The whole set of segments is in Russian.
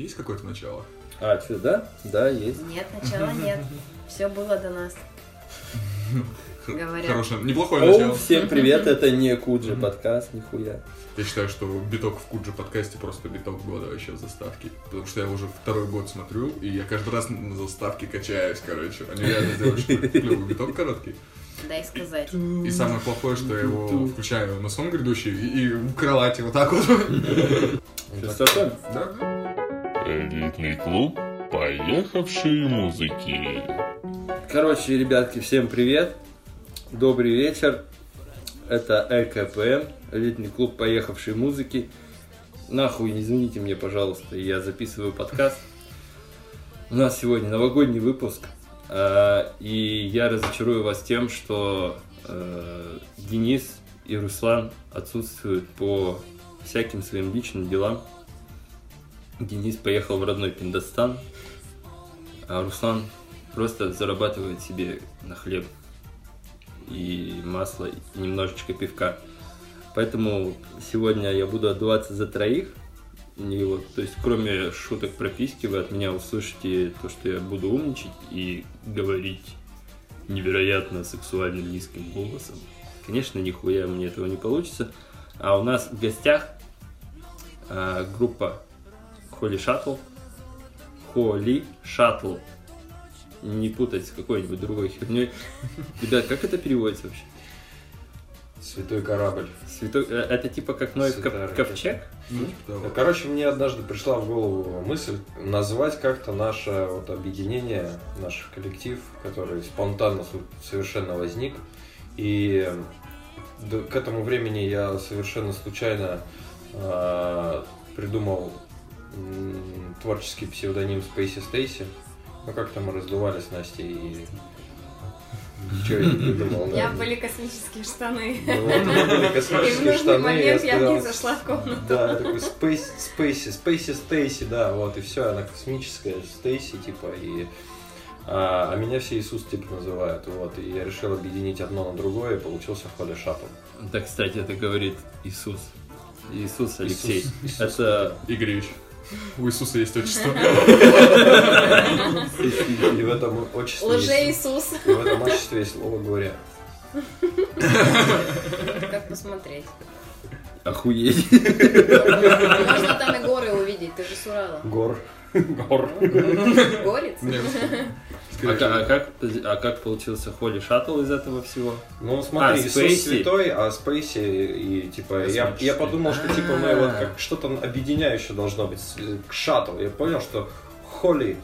есть какое-то начало? А, что, да? Да, есть. Нет, начала нет. Все было до нас. Говорят. Хорошее, неплохое начало. Всем привет, это не Куджи подкаст, нихуя. Я считаю, что биток в Куджи подкасте просто биток года вообще в заставке. Потому что я уже второй год смотрю, и я каждый раз на заставке качаюсь, короче. Они реально сделали клевый биток короткий. Дай сказать. И самое плохое, что я его включаю на сон грядущий и в кровати вот так вот. Красота. Да? Элитный клуб поехавшей музыки. Короче, ребятки, всем привет. Добрый вечер. Это ЭКПМ, элитный клуб поехавшей музыки. Нахуй, извините мне, пожалуйста, я записываю подкаст. У нас сегодня новогодний выпуск. И я разочарую вас тем, что Денис и Руслан отсутствуют по всяким своим личным делам. Денис поехал в родной Пиндостан, а Руслан просто зарабатывает себе на хлеб и масло, и немножечко пивка. Поэтому сегодня я буду отдуваться за троих. И вот, то есть, кроме шуток про письки, вы от меня услышите то, что я буду умничать и говорить невероятно сексуальным низким голосом. Конечно, нихуя мне этого не получится. А у нас в гостях группа Holy Shuttle. Holy Shuttle. Не путать с какой-нибудь другой херней. Ребят, как это переводится вообще? Святой корабль. Это типа как Ноев ковчег? Короче, мне однажды пришла в голову мысль назвать как-то наше вот объединение, наш коллектив, который спонтанно совершенно возник. И к этому времени я совершенно случайно придумал творческий псевдоним Spacey Stacy. Ну как-то мы раздували с Настей и... Ничего я не придумал. Я были космические штаны. Были космические штаны. И в нужный момент я в них зашла в комнату. Да, такой Spacey Stacy, да, вот, и все, она космическая, Stacy, типа, и... А меня все Иисус, типа, называют, вот, и я решил объединить одно на другое, и получился Holy Shuttle. Да, кстати, это говорит Иисус. Иисус Алексей. Иисус. Это... Игоревич. У Иисуса есть отчество. И в этом отчестве Лже-Иисус. И в этом отчестве есть слово «говоря». Как посмотреть? Охуеть. Можно там и горы увидеть, ты же с Урала. Гор. Горец? А как получился Holy Shuttle из этого всего? Ну смотри, Иисус Spacey. святой, а Спейси и типа я подумал, что типа мы вот как что-то объединяющее должно быть. Шаттл. Я понял, что Holy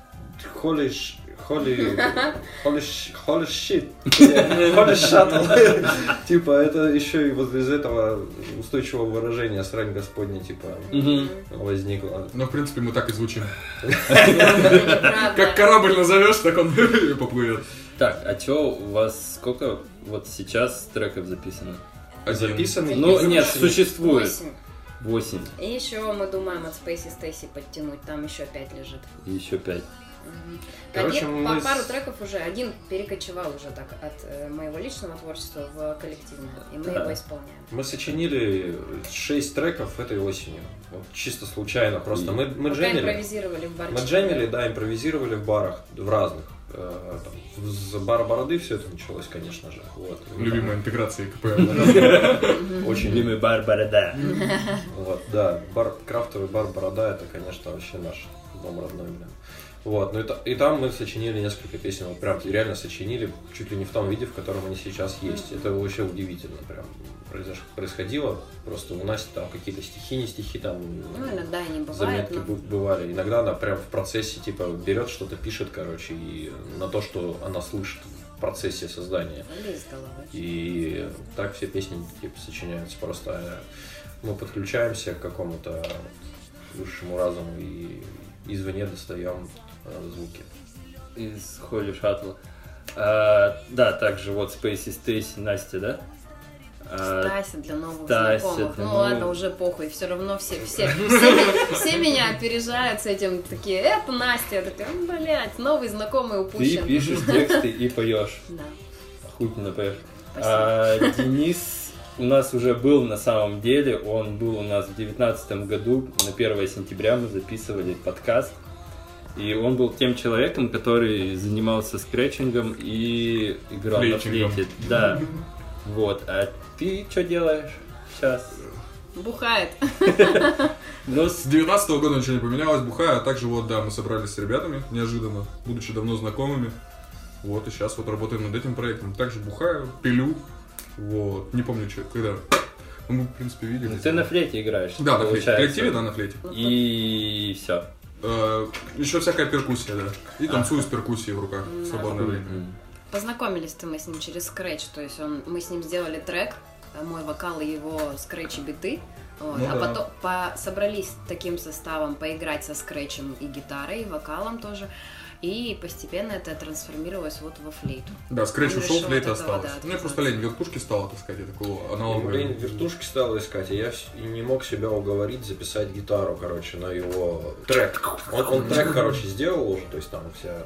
shit. Holy Shuttle. Типа это еще и вот из этого устойчивого выражения срань Господня типа возникло. Ну, в принципе, мы так и звучим. Неправда. Как корабль назовешь, так он и поплывет. Так, а чё у вас сколько вот сейчас треков записано? Записанный. Ну, нет, существует. 8. 8. И еще мы думаем от Spacey Stacy подтянуть, там еще 5 лежит. И еще 5. Короче, мы пару треков уже, один перекочевал уже так от моего личного творчества в коллективное, и мы его исполняем. Мы сочинили 6 треков этой осенью. Вот чисто случайно. Просто мы джемили. Импровизировали в барчике. Мы джемили, да, импровизировали в барах, в разных. С бара Бороды все это началось, конечно же. Вот. Любимая интеграция КПМ. Очень Любимый бар Борода. Вот, да. Крафтовый бар Борода, это, конечно, вообще наш дом родной, блин. Вот, ну и там мы сочинили несколько песен, вот прям реально сочинили, чуть ли не в том виде, в котором они сейчас есть. Это вообще удивительно, прям происходило. Просто у Насти там какие-то стихи, не стихи, там Ну, иногда и не бывает, заметки но... бывали. Иногда она прям в процессе, типа, берет что-то, пишет, короче, и на то, что она слышит в процессе создания. Вали из головы. И так все песни, типа, сочиняются. Просто мы подключаемся к какому-то высшему разуму и извне достаем звуки. Из Holy Shuttle. Да, также вот Spacey Stacy, Настя, да? Стася для новых Стася знакомых. для Ну новых. ладно, уже похуй. Все равно все меня опережают с этим. Такие, это Настя. Я такая, блядь, новый знакомый Ты упущен. пишешь тексты и поешь. Да. Охуительно поешь. Спасибо. Денис у нас уже был на самом деле, он был у нас в 2019 году, на 1 сентября мы записывали подкаст. И он был тем человеком, который занимался скретчингом и играл Флейтингом. на флейте. Да. Вот. А ты что делаешь сейчас? Бухает. Ну, С 19 года ничего не поменялось, бухаю, а также вот, да, мы собрались с ребятами неожиданно, будучи давно знакомыми. Вот, и сейчас вот работаем над этим проектом. Также бухаю, пилю, вот, не помню, что, когда. Ну, мы, в принципе, видели. ты на флейте играешь. Да, на флейте. В получается. коллективе, да, на флейте. И все. Еще всякая перкуссия, да. И танцую с перкуссией в руках в свободное время. Познакомились-то мы с ним через скретч, то есть мы с ним сделали трек, мой вокал и его скретч и биты. Вот. Ну а да. потом собрались таким составом поиграть со скретчем и гитарой, и вокалом тоже. И постепенно это трансформировалось вот во флейту. Да, скретч Он ушел, решил флейта от этого, осталась. да, Мне просто лень вертушки стало таскать, я такого Блин, аналогового. вертушки стал искать, и я не мог себя уговорить записать гитару, короче, на его трек. Он трек, короче, сделал уже, то есть там вся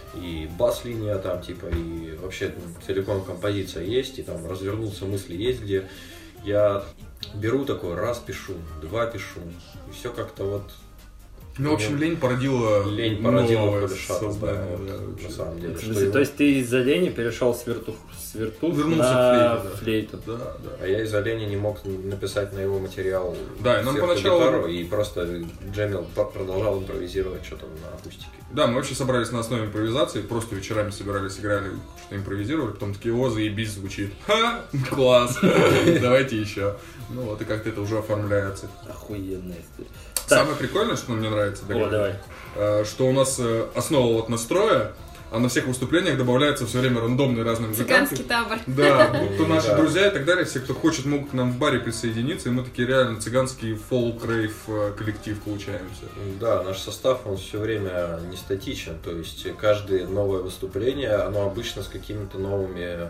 и бас-линия там, типа, и вообще целиком композиция есть, и там развернуться мысли есть, где я беру такой, раз пишу, два пишу, и все как-то вот... Ну, в общем, лень породила новое кореша, сознание, да, да, вот, вообще. на самом деле. В что смысле, его- то есть ты из-за лени перешел с вертух Вернулся на к флейту. Да, да. А я из-за лени не мог написать на его материал Да, и нам сверху поначалу- гитару, и просто джемил, продолжал импровизировать что-то на акустике. Да, мы вообще собрались на основе импровизации, просто вечерами собирались, играли, что-то импровизировали, потом такие, о, заебись, звучит. Ха, класс, давайте еще. Ну вот, и как-то это уже оформляется. Охуенная история. Самое прикольное, что мне нравится, О, давай. что у нас основа вот настроя, а на всех выступлениях добавляются все время рандомные разные музыканты. Цыганский табор. Да, будто наши Да. друзья и так далее, все, кто хочет, могут к нам в баре присоединиться, и мы такие реально цыганский фолк-рейв коллектив получаемся. Да, наш состав, он все время не статичен, то есть каждое новое выступление, оно обычно с какими-то новыми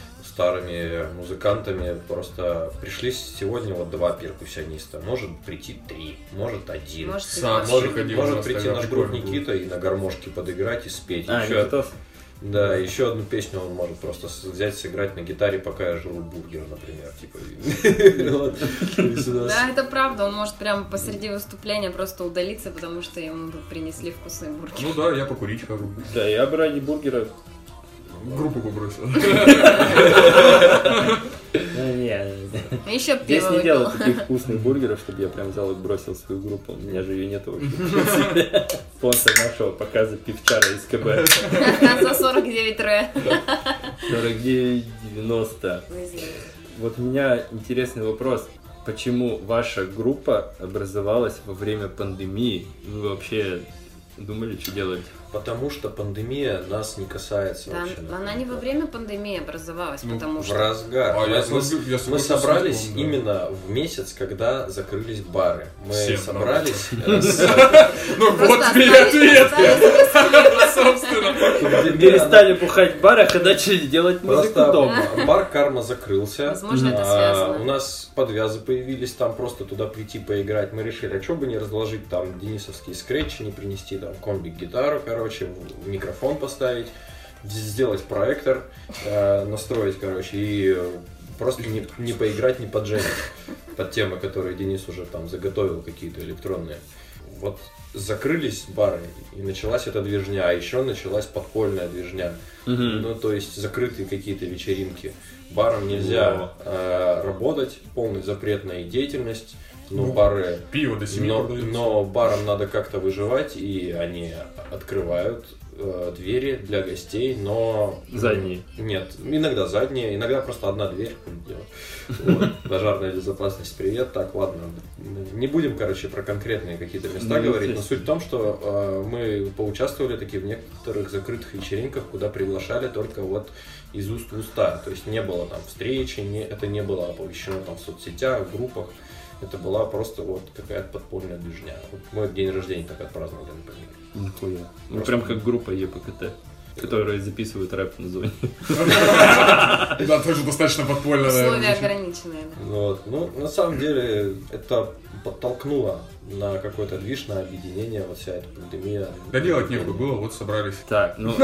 старыми музыкантами, просто пришли сегодня вот 2 перкуссиониста, может прийти 3, может 1. Может, Сам ты может вообще- ходил. Может у нас прийти тогда наш друг прикольно было. Никита и на гармошке подыграть и спеть. А, Еще- Никитос? Да, еще одну песню он может просто взять, сыграть на гитаре, пока я жру бургер, например. Типа. Вот. То есть у нас- Да, это правда, он может прямо посреди выступления просто удалиться, потому что ему тут принесли вкусные бургеры. Ну да, я покурить хожу. Да, я бы ради бургера... Группу побросил. Еще Здесь пиво не выпил. делают таких вкусных бургеров, чтобы я прям взял и бросил в свою группу. У меня же ее нет вообще. Спонсор нашего показа пивчара из КБ. За 49 ре. 49,90. Вот у меня интересный вопрос. Почему ваша группа образовалась во время пандемии? Вы вообще думали, что делать? Потому что пандемия нас не касается Да, вообще. она не во время пандемии образовалась, Ну, потому В что... разгар. А, я мы, согласен- я мы согласен с собрались этим, да. именно в месяц, когда закрылись бары. Мы Всем собрались Ну вот Просто тебе остались- ответ. остались Собственно. Перестали бухать в барах и начали делать музыку Просто дома. бар Карма закрылся. Возможно, это связано. У нас подвязы появились, там просто туда прийти поиграть. Мы решили, а что бы не разложить там денисовские скретчи, не принести там комбик-гитару, короче, микрофон поставить, сделать проектор, настроить, короче, и просто не поиграть, не поджемить под темы, которые Денис уже там заготовил, какие-то электронные. Вот закрылись бары, и началась эта движня, а еще началась подпольная движня. Ну, то есть закрытые какие-то вечеринки. Барам нельзя работать, полный запрет на их деятельность. Но Ну, бары... Пиво до 7 продается. Но барам надо как-то выживать, и они открывают двери для гостей, но... Задние. Нет, иногда задние, иногда просто одна дверь. Вот. Пожарная безопасность, привет. Так, ладно. Не будем, короче, про конкретные какие-то места Ну, говорить, но естественно. суть в том, что мы поучаствовали таки в некоторых закрытых вечеринках, куда приглашали только вот из уст в уста. То есть не было там встречи, это не было оповещено там в соцсетях, в группах. Это была просто вот какая-то подпольная движня. Вот мы день рождения так отпраздновали, например. Нихуя. Ну Просто- прям как группа ЕПКТ. которые записывают рэп на зоне. Да, тоже достаточно подпольно, Условия наверное. ограниченные. Да. Вот. Ну, на самом деле, это подтолкнуло на какой-то движ, на объединение, вот вся эта пандемия. Да делать некуда было, вот собрались. Так, ну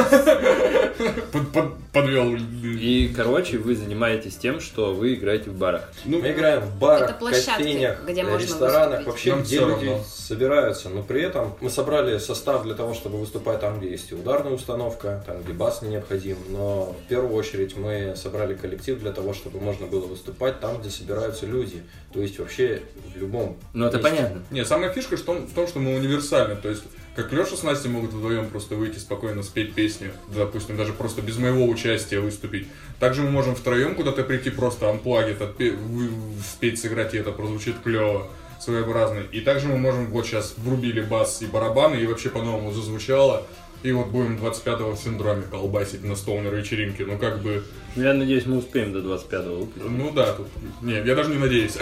Подвел. и, короче, вы занимаетесь тем, что вы играете в барах. Ну, Мы играем в барах, Это площадки, кофейнях, где можно ресторанах, выступить. вообще, Нам где всё люди равно. собираются. Но при этом мы собрали состав для того, чтобы выступать там, где есть и ударная установка, там, где бас не необходим. Но в первую очередь мы собрали коллектив для того, чтобы можно было выступать там, где собираются люди. То есть вообще в любом Ну, это месте. понятно. не, самая фишка в том, что мы универсальны. То есть, как Леша с Настей могут вдвоем просто выйти спокойно, спеть песню, допустим, даже просто без моего участия выступить. Также мы можем втроем куда-то прийти, просто анплагить, спеть, сыграть, и это прозвучит клево, своеобразно. И также мы можем, вот сейчас врубили бас и барабаны, и вообще по-новому зазвучало. И вот будем 25-го в синдроме колбасить на столнер вечеринке. Ну, как бы, Я надеюсь, мы успеем до 25-го выпустить. ну да, тут... Не, я даже не надеюсь.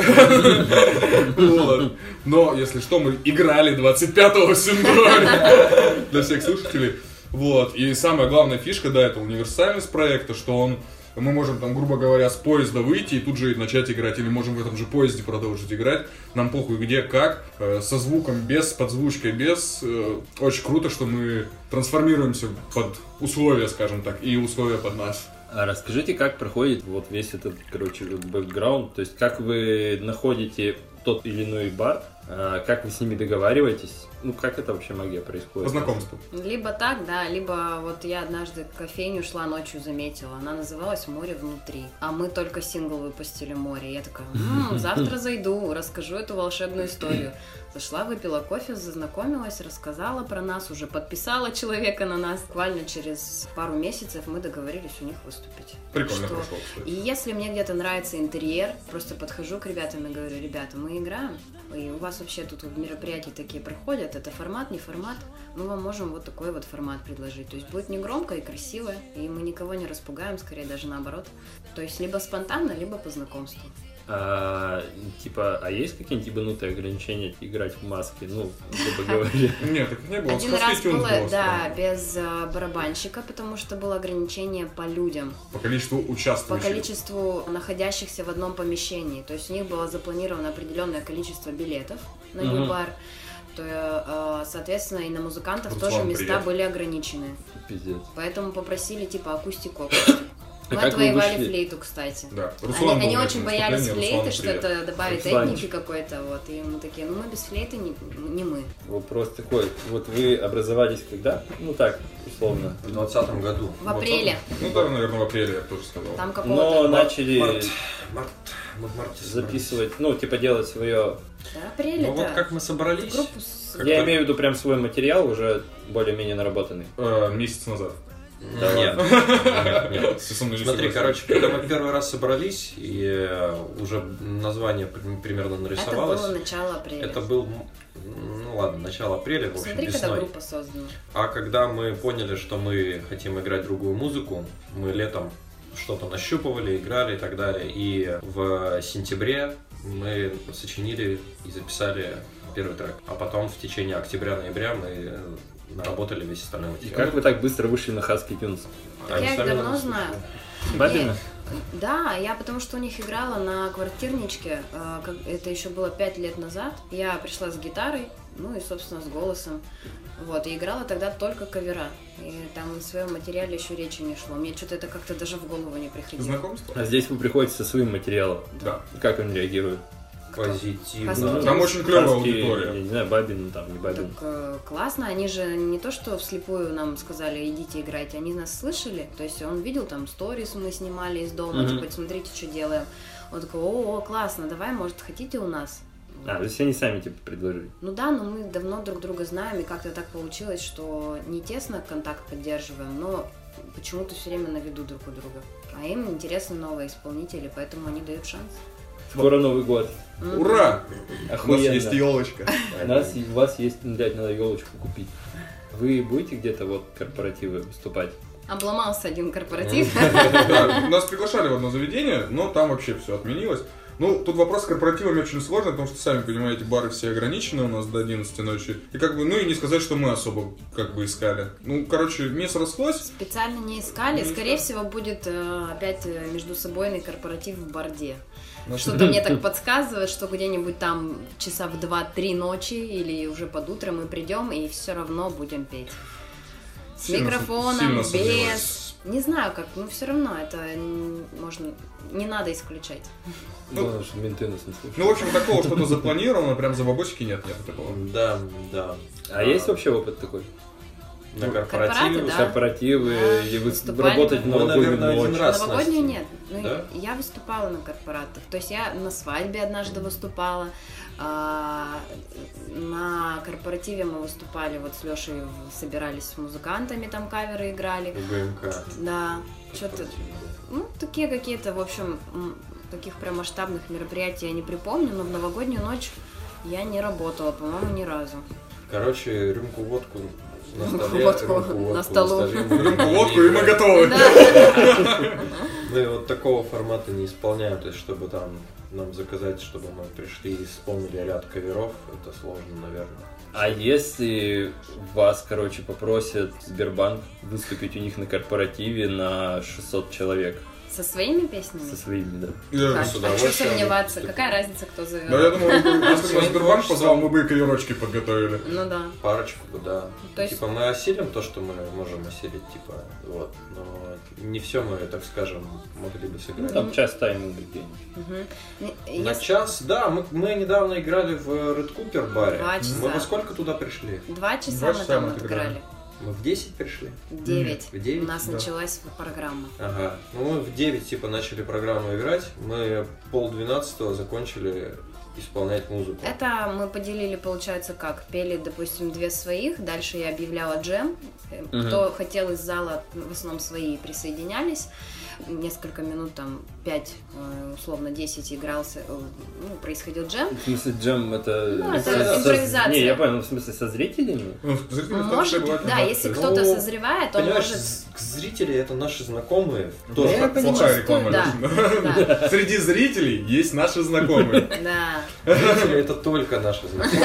Вот. Но, если что, мы играли 25-го в синдроме. Для всех слушателей. Вот. И самая главная фишка, да, это универсальность проекта, что мы можем, там, грубо говоря, с поезда выйти и тут же начать играть. Или можем в этом же поезде продолжить играть. Нам похуй где, как. Со звуком, без, с подзвучкой, без. Очень круто, что мы трансформируемся под условия, скажем так, и условия под нас. А расскажите, как проходит вот весь этот, короче, бэкграунд, то есть как вы находите тот или иной бар, как вы с ними договариваетесь, ну как это вообще магия происходит? По знакомству. Либо так, да, либо вот я однажды в кофейню шла ночью, заметила, она называлась «Море внутри», а мы только сингл выпустили «Море». Я такая, завтра зайду, расскажу эту волшебную историю. Зашла, выпила кофе, зазнакомилась, рассказала про нас, уже подписала человека на нас. Буквально через пару месяцев мы договорились у них выступить. Прикольно Что- прошло, кстати. И если мне где-то нравится интерьер, просто подхожу к ребятам и говорю: ребята, мы играем, и у вас вообще тут вот мероприятия такие проходят, это формат, не формат, мы вам можем вот такой вот формат предложить. То есть будет не громко и красиво, и мы никого не распугаем, скорее даже наоборот. То есть либо спонтанно, либо по знакомству. А есть какие-нибудь ебанутые ограничения играть в маске, ну, грубо говоря? Нет, так не было. Один С раз Хасвитюнс было, было да, странно. без барабанщика, потому что было ограничение по людям. По количеству По участвующих. количеству находящихся в одном помещении. То есть у них было запланировано определенное количество билетов на Мгм. бар. То, соответственно, и на музыкантов Руслан, тоже места привет. были ограничены. Пиздец. Поэтому попросили типа акустику. А Мы как вы отвоевали вышли? флейту, кстати. Да. Руслан Они был на очень этом боялись выступлении. флейты, Руслан, что привет. это добавит Русланчик. этники какой-то. Вот. И мы такие, ну мы без флейты не мы. Вопрос такой, вот вы образовались когда? Ну так, условно. В 2020 году. В апреле. Ну да, наверное, в апреле я бы тоже сказал. Там Но какого-то... начали Мы в марте записывать, ну, типа делать свое... Да, апреле, Ну вот как мы собрались. группу с... Как Я только- имею в виду прям свой материал, уже более-менее наработанный. Месяц назад. Нет, нет, нет. Ты со мной не Смотри, согласен. короче, когда мы первый раз собрались, и уже название примерно Это нарисовалось, было начало апреля. это был, ну ладно, начало апреля, в общем, Смотри, когда весной. группа создана. А когда мы поняли, что мы хотим играть другую музыку, мы летом что-то нащупывали, играли и так далее. И в сентябре мы сочинили и записали первый трек. А потом в течение октября-ноября мы наработали весь остальной И материал. как вы так быстро вышли на Husky Tunes? Так Они я их сами давно нас знаю. Бабина? Да, я потому что у них играла на квартирничке, это еще было 5 лет назад. Я пришла с гитарой, ну и, собственно, с голосом. Вот, и играла тогда только кавера. И там в своем материале еще речи не шло. Мне что-то это как-то даже в голову не приходило. Знакомство? А здесь вы приходите со своим материалом. Да. Как он реагирует? Позитивно. Husky Там очень клевая Husky, аудитория. Я не знаю, Бабин, там, не Бабин. Так классно, они же не то, что вслепую нам сказали, идите играйте, они нас слышали, то есть он видел там сторис мы снимали из дома, Мгм. типа, смотрите, что делаем. Он такой, о, классно, давай, может, хотите у нас? А, то есть они сами типа предложили. Ну да, но мы давно друг друга знаем, и как-то так получилось, что не тесно контакт поддерживаем, но почему-то все время на виду друг у друга. А им интересны новые исполнители, поэтому они дают шанс. Скоро Новый год. Ура! У нас Охуенно. есть елочка. У вас есть, блядь, надо елочку купить. Вы будете где-то вот корпоративы выступать? Обломался один корпоратив. Да, нас приглашали в одно заведение, но там вообще все отменилось. Ну, тут вопрос с корпоративами очень сложный, потому что, сами понимаете, бары все ограничены у нас до 11 ночи. И как бы, ну и не сказать, что мы особо как бы искали. Ну, короче, не срослось. Специально не искали. Скорее всего, будет опять междусобойный корпоратив в Борде. Что-то мне так подсказывает, что где-нибудь там часа в 2-3 ночи или уже под утро мы придем и все равно будем петь. С микрофоном, без... Не знаю как, но все равно это можно... Не надо исключать. Главное, что менты нас не слушают. Ну, в общем, такого что-то запланировано, прям за бабочки нет такого. Да. А есть вообще опыт такой? На корпоративе? Да. Корпоративы, Да, или вы выступали. работаете Мы, новогоднюю наверное, один ночь? раз. Новогоднюю Настя. нет. Ну, Да? я выступала на корпоратах. То есть я на свадьбе однажды выступала. На корпоративе мы выступали, вот с Лешей собирались с музыкантами, там каверы играли. ГМК. Да, что-то, ну, такие какие-то, в общем, таких прям масштабных мероприятий я не припомню, но в новогоднюю ночь я не работала, по-моему, ни разу. Короче, рюмку водку на столе, Водку рюмку водку на столу. Рюмку водку, и мы готовы. Мы вот такого формата не исполняем, то есть чтобы там нам заказать, чтобы мы пришли и исполнили ряд каверов, это сложно, наверное. А если вас, короче, попросят Сбербанк выступить у них на корпоративе на 600 человек? Со своими песнями? Со своими, да. А с что удовольствием сомневаться? выступим. Какая разница, кто зовет? Да, я думаю, если бы нас Сбербанк позвал, мы бы и каверочки подготовили. Ну да. Парочку, да. То есть- Типа мы осилим то, что мы можем осилить, типа, вот. Но не все мы, так скажем, могли бы сыграть. Там час тайминга где-нибудь. Мгм. На час, да, мы недавно играли в Red Cooper баре. 2 часа. Мы во сколько туда пришли? 2 часа 2 мы часа там мы отыграли. отыграли. Мы в 10 пришли? 9. В 9? У нас Да. началась программа. Ага. Ну, мы в 9, типа, начали программу играть. Мы 11:30 закончили исполнять музыку. Это мы поделили, получается, как? Пели, допустим, 2 своих, дальше я объявляла джем. Кто хотел из зала, в основном свои, присоединялись. Несколько минут, там, 5, условно, 10 игрался, ну, происходил джем. В смысле, джем это... Ну, это со- импровизация. Не, я понял, в смысле, со зрителями? Ну, зрители в том числе Может, бывают да, редакции. если кто-то Ну, созревает, он Понимаешь, может... зрители это наши знакомые. Ну, Тоже Я как понимаю. плохая реклама. Да, Лёша. да. Среди зрителей есть наши знакомые. Да. зрители это только наши знакомые.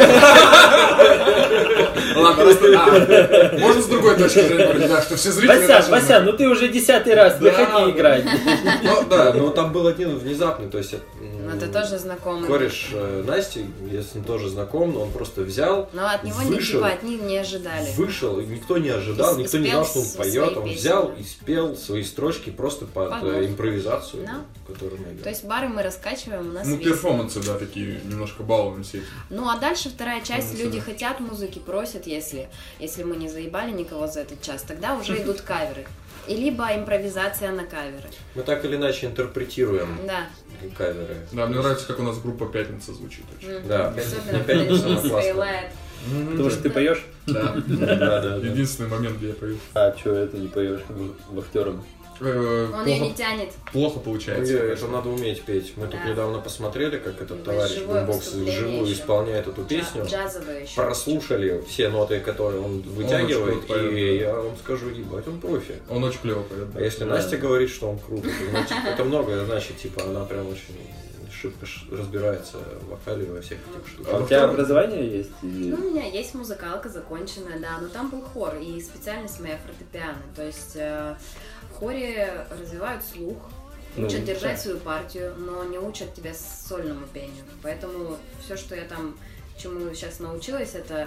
Ладно, просто... Можно с другой точки зрения говорить, да, что все зрители наши Вася, ну ты уже 10-й раз, не Да. ходи играть. Ну, Да, да, но там был один внезапный, то есть... Ну, это тоже знакомый. Кореш Насти, я с ним тоже знаком, но он просто взял, Но от него вышел, типа от них не ожидали. вышел, и никто не ожидал, И никто не спел знал, что он свои поет, он песни, взял да. и спел свои строчки просто под Под музыку. импровизацию, Да. которую мы То играли. есть бары мы раскачиваем, у нас ну, весело. перформансы, да, такие, немножко балуемся этим. Ну а дальше вторая часть, Ну, люди да. хотят музыки, просят, если мы не заебали никого за этот час, тогда уже идут каверы. И либо импровизация на каверы. Мы так или иначе интерпретируем Да. каверы. Да, мне нравится, как у нас группа «Пятница» звучит очень. Да, Особенно «Пятница» когда самое Денис классное. Вейлает. Потому что ты поешь? Да. Да. Единственный момент, где я пою. А что это не поешь вахтером? Он ее не тянет. Плохо Ну, получается. это надо уметь петь. Мы тут Да. недавно посмотрели, как этот Да, товарищ живое бумбокс выступление вживую еще. исполняет эту песню. Джазовая еще. Прослушали все ноты, которые он вытягивает, очень круто поет, и да. я вам скажу, ебать, он профи. Он очень клево поет. А если Настя говорит, что он крут, это значит, это многое значит, типа, она прям очень шибко разбирается в вокале и во всех этих А штуках. у тебя образование есть? Ну, Или... у меня есть музыкалка законченная, да, но там был хор, и специальность моя фортепиано. То есть в хоре развивают слух, Ну, учат да. держать свою партию, но не учат тебя сольному пению. Поэтому все, что я там, чему сейчас научилась, это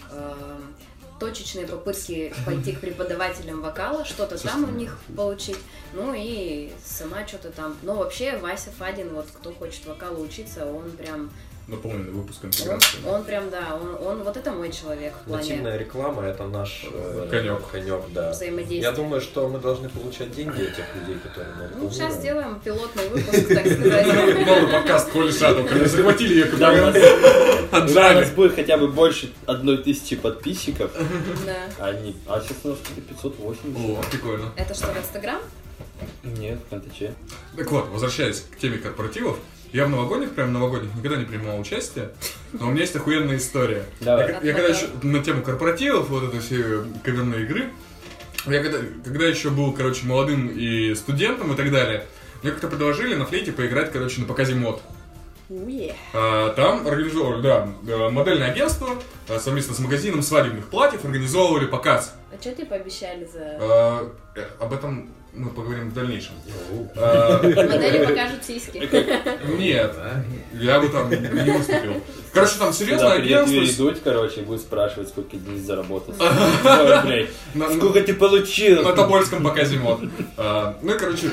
точечные попытки пойти к преподавателям вокала, что-то там у них получить, ну и сама что-то там. Но вообще Вася Фадин, вот кто хочет вокалу учиться, он прям, Наполненный выпуск интеграции. он прям, да, он вот это мой человек в плане Нативная реклама — это наш Конёк. конек, да. взаимодействия. Я думаю, что мы должны получать деньги от тех людей, которые мы Ну, сейчас рекламируем. сделаем пилотный выпуск, так сказать. Новый подкаст Коли Шаттл, когда захватили ее Да, у нас, отжали. у нас будет хотя бы больше 1000 подписчиков, Да. а сейчас у нас 580. О, прикольно. Это что, в Инстаграм? Нет, в НТЧ. Так вот, возвращаясь к теме корпоративов, я в новогодних никогда не принимал участие, но у меня есть охуенная история. Давай. Я когда еще на тему корпоративов, вот это все каверные игры, я когда еще был, молодым и студентом и так далее, мне как-то предложили на флейте поиграть, на показе мод. Там организовывали, да, модельное агентство совместно с магазином свадебных платьев организовывали показ. А что тебе пообещали за... Об этом мы поговорим в дальнейшем. Модели покажут сиськи. Нет, я бы там не выступил. Короче, там серьезное агентство. Юрий Дудь, короче, будет спрашивать, сколько Денис заработал. Ой, блядь, сколько ты получил? На Тобольском показе мод. Ну и, короче...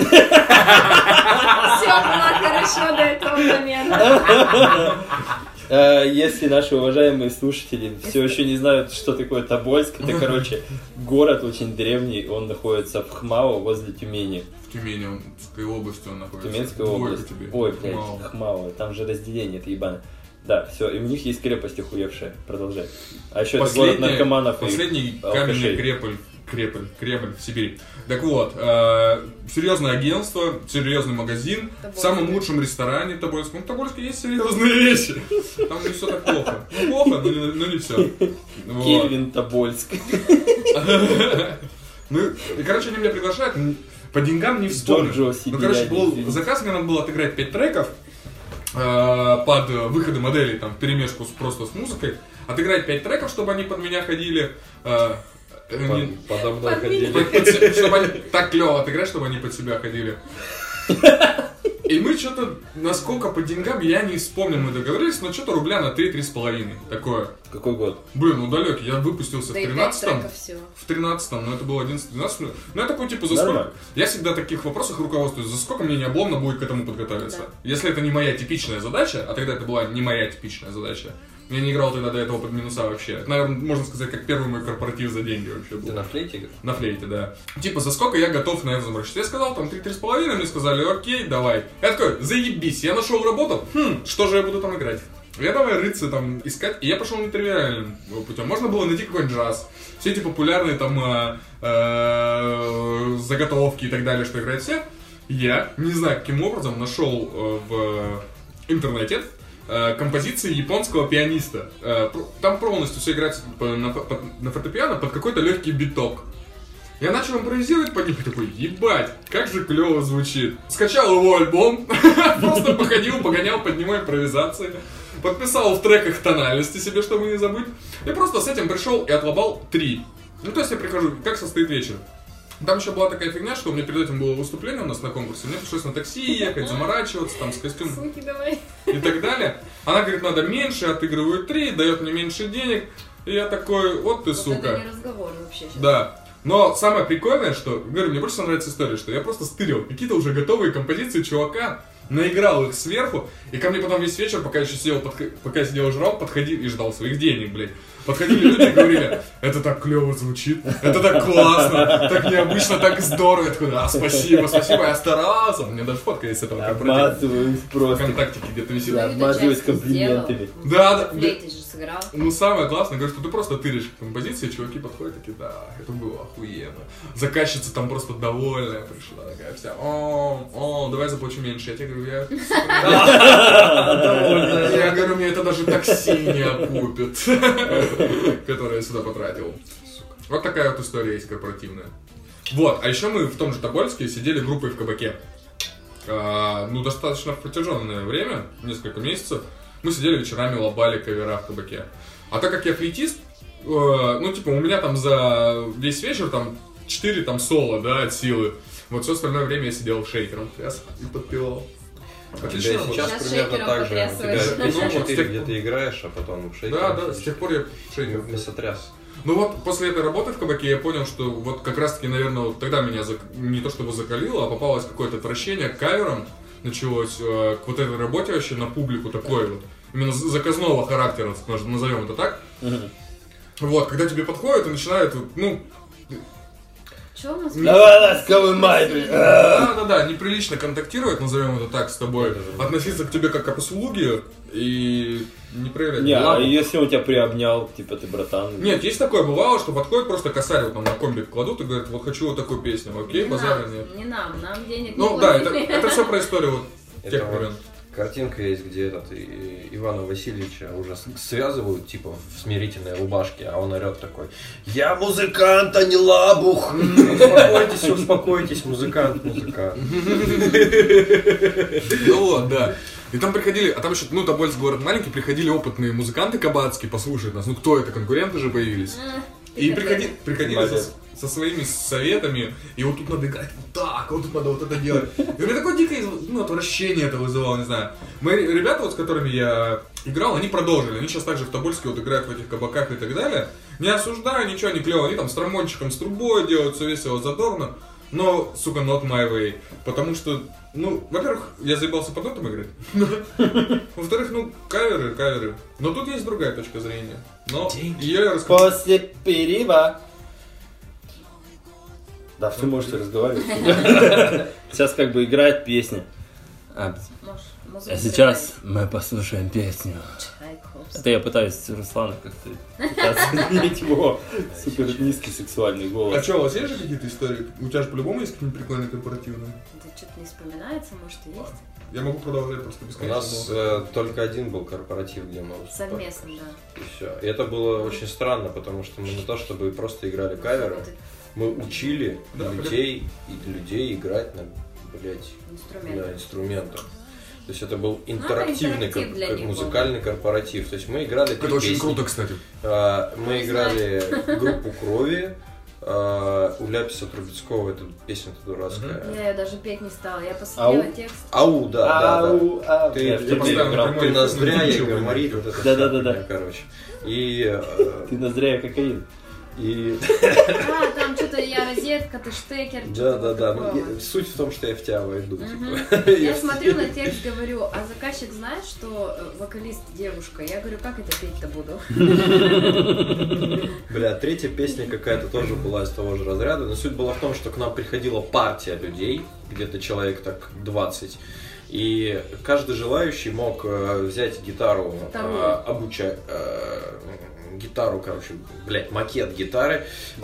Все было хорошо до этого момента. Если наши уважаемые слушатели все еще не знают, что такое Тобольск, это, короче, город очень древний, он находится в Хмао возле Тюмени. В Тюмени, в Тюменской области он находится. Тюменская область. Ой, блядь, Хмао, там же разделение, это ебано. Да, все, и у них есть крепость охуевшая. Продолжай. А еще это город наркоманов и последний каменный Кремль в Сибири. Так вот, серьезное агентство, серьезный магазин, в самом лучшем ресторане Тобольска. Ну, в Тобольске есть серьезные вещи. Там не все так плохо. Ну, плохо, но не все. Кельвин Тобольск. Ну, и, короче, они меня приглашают, по деньгам не вспомню. Ну, короче, был заказ, мне надо было отыграть 5 треков под выходы моделей, там, в перемешку просто с музыкой. Отыграть 5 треков, чтобы они под меня ходили. Подо мной ходили. Чтобы они так клево отыграть, чтобы они под себя ходили. И мы что-то, насколько по деньгам, я не вспомню, мы договорились, но что-то рубля на 3-3,5. Такое. Какой год? Блин, ну далекий. Я выпустился да в 13-м. В 13-м, но это было 11-12. Ну я такой, типа, за сколько? Я всегда в таких вопросах руководствуюсь, за сколько мне не обломно будет к этому подготовиться. Да. Если это не моя типичная задача, а тогда это была не моя типичная задача. Я не играл тогда до этого под минуса вообще. Это, наверное, можно сказать, как первый мой корпоратив за деньги вообще был. Ты на флейте играешь? На флейте, да. Типа, за сколько я готов на это заморочиться? Я сказал, там, 3-3,5, мне сказали, окей, давай. Я такой, заебись, я нашел работу, что же я буду там играть? Я давай рыться, там, искать, и я пошел нетривиальным путем. Можно было найти какой-нибудь джаз. Все эти популярные, там, заготовки и так далее, что играют все. Я, не знаю, каким образом, нашел в интернете композиции японского пианиста. Там полностью все играется на фортепиано под какой-то легкий биток. Я начал импровизировать под ним и такой, ебать, как же клево звучит. Скачал его альбом, просто походил, погонял под него импровизации. Подписал в треках тональности себе, чтобы не забыть. И просто с этим пришел и отлобал 3. Ну, то есть я прихожу, как состоит вечер. Там еще была такая фигня, что у меня перед этим было выступление у нас на конкурсе. Мне пришлось на такси ехать, заморачиваться, там, с костюмом. Суки, давай. И так далее. Она говорит, надо меньше, отыгрываю 3, дает мне меньше денег. И я такой, вот ты, сука. Это не разговор вообще сейчас. Да. Но самое прикольное, что, говорю, мне больше всего нравится история, что я просто стырил какие-то уже готовые композиции чувака, наиграл их сверху, и ко мне потом весь вечер, пока я еще сидел, пока я сидел и жрал, подходили и ждал своих денег, блядь. Подходили люди и говорили, это так клево звучит, это так классно, так необычно, так здорово. Я такой, да, спасибо, я старался. У меня даже фотка есть с этого корпоратива. Просто. ВКонтактике где-то висит. Обмазываюсь комплиментами. Да. Флейте же сыграл. Ну, самое классное, говорю, что ты просто тыришь композиции, чуваки подходят такие, да, это было охуенно. Заказчица там просто довольная пришла, такая вся, давай заплачу меньше. Я тебе говорю, я говорю, мне это даже такси не окупит, которое я сюда потратил. Вот такая вот история есть корпоративная. Вот, а еще мы в том же Тобольске сидели группой в кабаке. Ну, достаточно протяженное время, несколько месяцев. Мы сидели вечерами, лобали кавера в кабаке. А так как я флейтист, ну, типа, у меня там за весь вечер там 4 там соло, да, от силы. Вот все остальное время я сидел шейкером тряс и подпевал. Отлично. Сейчас примерно так же. У тебя 4, где ты играешь, а потом шейкер. Да, с тех пор я шейкер вместо тряс. Ну вот, после этой работы в кабаке я понял, что вот как раз таки, наверное, вот тогда меня не то чтобы закалило, а попалось какое-то отвращение к каверам. Началось к вот этой работе вообще на публику такое вот. Именно заказного характера, назовем это так. Вот, когда тебе подходят и начинают, ну... Что у нас? Давай, ласковый май, Да, неприлично контактировать, назовем это так, с тобой. Относиться к тебе как к услуге и не проявлять. Не, а если он тебя приобнял, типа ты братан? Нет, есть такое, бывало, что подходит просто косарь, вот нам на комбик кладут и говорят, вот хочу вот такую песню, окей, базара нет. Не нам денег не Ну да, это все про историю вот тех времен. Картинка есть, где Ивана Васильевича уже связывают, типа, в смирительной рубашке, а он орет такой: «Я музыкант, а не лабух!» Успокойтесь, музыкант. Ну вот, да. И там приходили, а там еще, ну, Тобольск город маленький, приходили опытные музыканты кабацкие послушать нас. Ну, кто это, конкуренты же появились. И приходили со своими советами, и вот тут надо играть вот так, а вот тут надо вот это делать. И у меня такое дикое, ну, отвращение это вызывало, не знаю. Мои ребята, вот, с которыми я играл, они продолжили. Они сейчас также в Тобольске вот играют в этих кабаках и так далее. Не осуждаю, ничего, не клево. Они там с тромбончиком, с трубой делают, все весело, задорно. Но, сука, not my way. Потому что, ну, во-первых, я заебался по нотам играть. Во-вторых, ну, каверы. Но тут есть другая точка зрения. Но ее я расскажу. После перерыва. Да, все можете разговаривать. Сейчас как бы играет песня. А сейчас мы послушаем песню. Это я пытаюсь Руслана как-то изменить его супер низкий сексуальный голос. А что, у вас есть же какие-то истории? У тебя же по-любому есть какие-нибудь прикольные корпоративные? Да что-то не вспоминается, может и есть. Я могу продолжать просто У бесконечно. нас только один был корпоратив, где мы выступали. Совместно, да. И все. И это было очень странно, потому что мы не то чтобы просто играли каверы, мы учили людей играть на, инструментах. То есть это был интерактивный музыкальный корпоратив. То есть мы играли Это очень круто, кстати. Мы играли группу Крови. У Ляписа Трубецкого эта песня дурацкая. Я ее даже петь не стала, я посмотрела текст. Ау, да. Ты ноздря, я гайморит, вот это. Да. Короче. И... Ты ноздря, кокаин. И... там что-то я розетка, ты штекер. Да. Суть в том, что я в тебя войду. Я смотрю на текст, говорю, а заказчик знает, что вокалист девушка? Я говорю, как это петь-то буду? Бля, третья песня какая-то тоже была из того же разряда, но суть была в том, что к нам приходила партия людей, где-то человек так 20, и каждый желающий мог взять гитару, обучать... гитару, короче, макет гитары.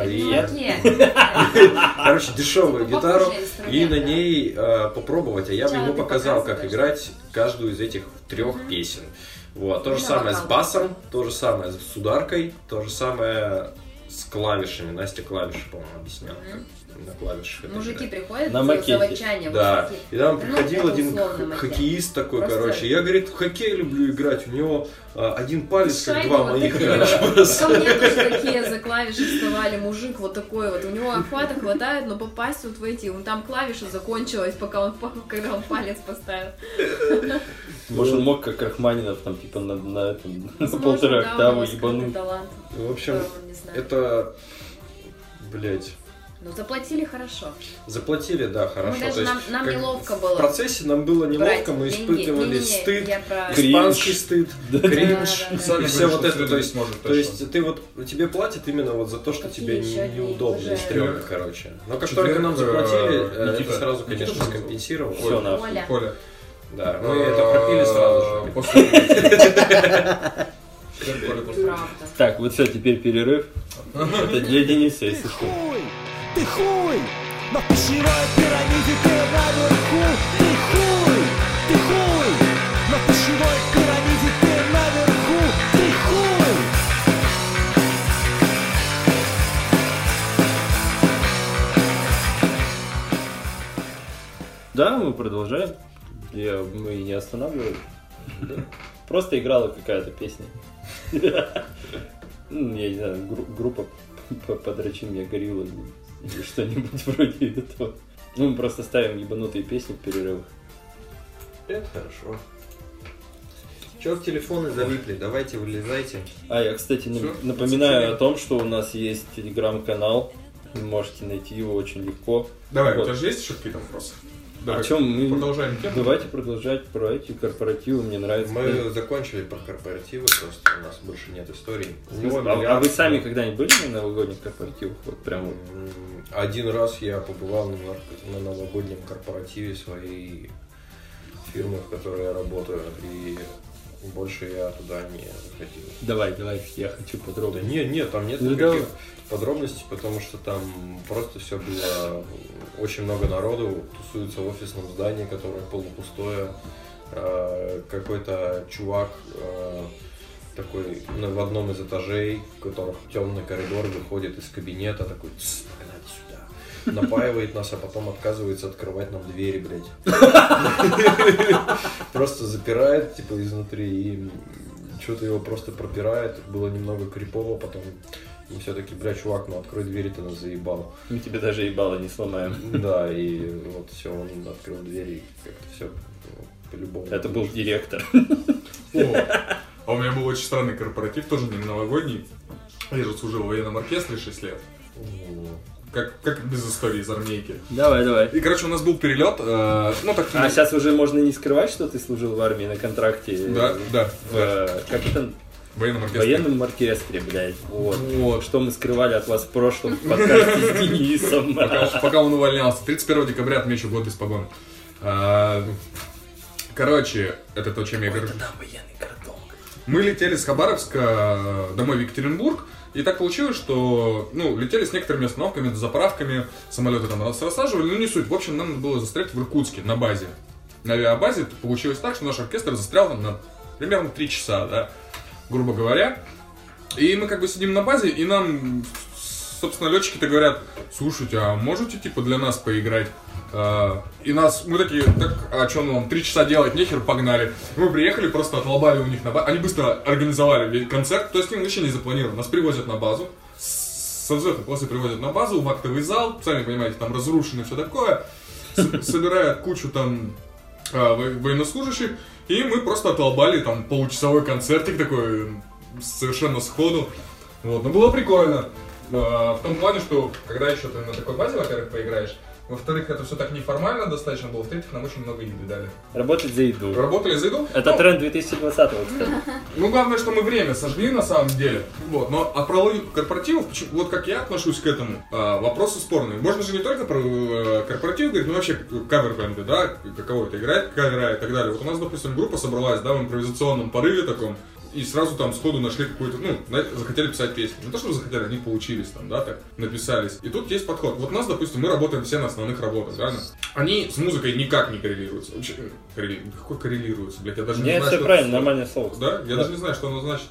Короче, дешевую гитару. И на ней попробовать. А я бы ему показал, как играть каждую из этих 3 песен. Вот. То же самое с басом, то же самое с ударкой, то же самое с клавишами. Настя клавиши, по-моему, объясняла. На клавишах. Мужики приходят, на макете. заводчане. Да. И там приходил один хоккеист такой, просто... короче. Я, говорит, в хоккей люблю играть. У него один палец, как 2 моих. Ко мне тоже такие за клавиши вставали. Мужик вот такой вот. У него охвата хватает, но попасть вот в эти... Там клавиша закончилась, когда он палец поставил. Может, он мог, как Рахманинов, там, типа, на 1,5 октавы ебануть. В общем, это... Блять. Ну, заплатили хорошо. Заплатили, да, хорошо. Даже нам неловко было. В процессе нам было неловко, мы испытывали стыд, испанский стыд, кринж, все вот это. То есть ты вот, тебе платят именно вот за то, что тебе неудобно и стрёмно, короче. Но как только нам заплатили, это сразу, конечно, скомпенсировал. Все, нахуй. Коля. Да, мы это пропили сразу же. Так, вот все, теперь перерыв. Это для Дениса, если что. Ты хуй, но в пищевой пирамиде ты наверху. Ты хуй, но в пищевой пирамиде ты наверху. Ты хуй. Да, мы продолжаем. Мы не останавливали. Просто играла какая-то песня. Я не знаю, группа «Подрочи меня, горилла» или что-нибудь вроде этого. Ну, мы просто ставим ебанутые песни в перерывах. Это хорошо. Чё в телефоны залипли? Давайте, вылезайте. А я, кстати, напоминаю о том, что у нас есть телеграм-канал. Вы можете найти его очень легко. Давай, у тебя же есть еще какие-то вопросы? О чем мы продолжаем тему? Давайте продолжать про эти корпоративы, мне нравится. Мы закончили про корпоративы, просто у нас больше нет историй. А вы сами когда-нибудь были на новогодних корпоративах? Вот прям вот. Один раз я побывал на новогоднем корпоративе своей фирмы, в которой я работаю, и больше я туда не заходил. Давай, я хочу подробно. Да нет, там нет никаких подробностей, потому что там просто все было, очень много народу тусуется в офисном здании, которое полупустое, какой-то чувак такой в одном из этажей, в которых темный коридор, выходит из кабинета, такой, погнали сюда, напаивает нас, а потом отказывается открывать нам двери, блядь. Просто запирает, типа, изнутри, и что-то его просто пропирает. Было немного крипово, потом мы все таки, бля, чувак, ну открой двери, ты нас заебал. Мы тебе даже ебало не сломаем. Да, и вот все, он открыл двери, и как-то все по-любому. Это был директор. А у меня был очень странный корпоратив, тоже не новогодний. Я же служил в военном оркестре 6 лет. Как без истории из армейки. Давай. И, короче, у нас был перелет. А сейчас уже можно не скрывать, что ты служил в армии на контракте? Да. Как это? В военном оркестре. В военном оркестре, блядь. Вот. Что мы скрывали от вас в прошлом подкасте с Денисом. Пока он увольнялся. 31 декабря отмечу год без погон. Короче, это то, чем я говорю. Там военный городок. Мы летели с Хабаровска домой в Екатеринбург. И так получилось, что, летели с некоторыми остановками, заправками, самолеты там рассаживали, не суть. В общем, нам надо было застрять в Иркутске на базе. На авиабазе получилось так, что наш оркестр застрял там на примерно 3 часа, да, грубо говоря. И мы как бы сидим на базе, и нам, собственно, летчики-то говорят: слушайте, а можете типа для нас поиграть? И мы такие, а что нам 3 часа делать, нехер, погнали. Мы приехали, просто отлобали у них на базе. Они быстро организовали весь концерт, то есть им вообще не запланировано. Нас привозят на базу, со взлетной полосы привозят на базу, в актовый зал, сами понимаете, там разрушено все такое. Собирают кучу там военнослужащих, и мы просто отлобали там получасовой концертик такой, совершенно сходу. Вот, но было прикольно. В том плане, что когда еще ты на такой базе, во-первых, поиграешь, во-вторых, это все так неформально достаточно было, в-третьих, нам очень много еды дали. Работать за еду. Работали за еду? Это тренд 2020-го, кстати. Главное, что мы время сожгли на самом деле. Вот, но про логику корпоративов, вот как я отношусь к этому, вопросы спорные. Можно же не только про корпоративы говорить, но вообще кавер-бенды, да, каково это играть, кавера и так далее. Вот у нас, допустим, группа собралась, да, в импровизационном порыве таком, и сразу там сходу нашли какую-то, захотели писать песни. Не то, что захотели, они получились там, да, так, написались. И тут есть подход. Вот у нас, допустим, мы работаем все на основных работах, правильно? Они с музыкой никак не коррелируются. Вообще, какой коррелируются, блядь, я даже не знаю, все правильно, нормальное слово. Да? Я даже не знаю, что оно значит.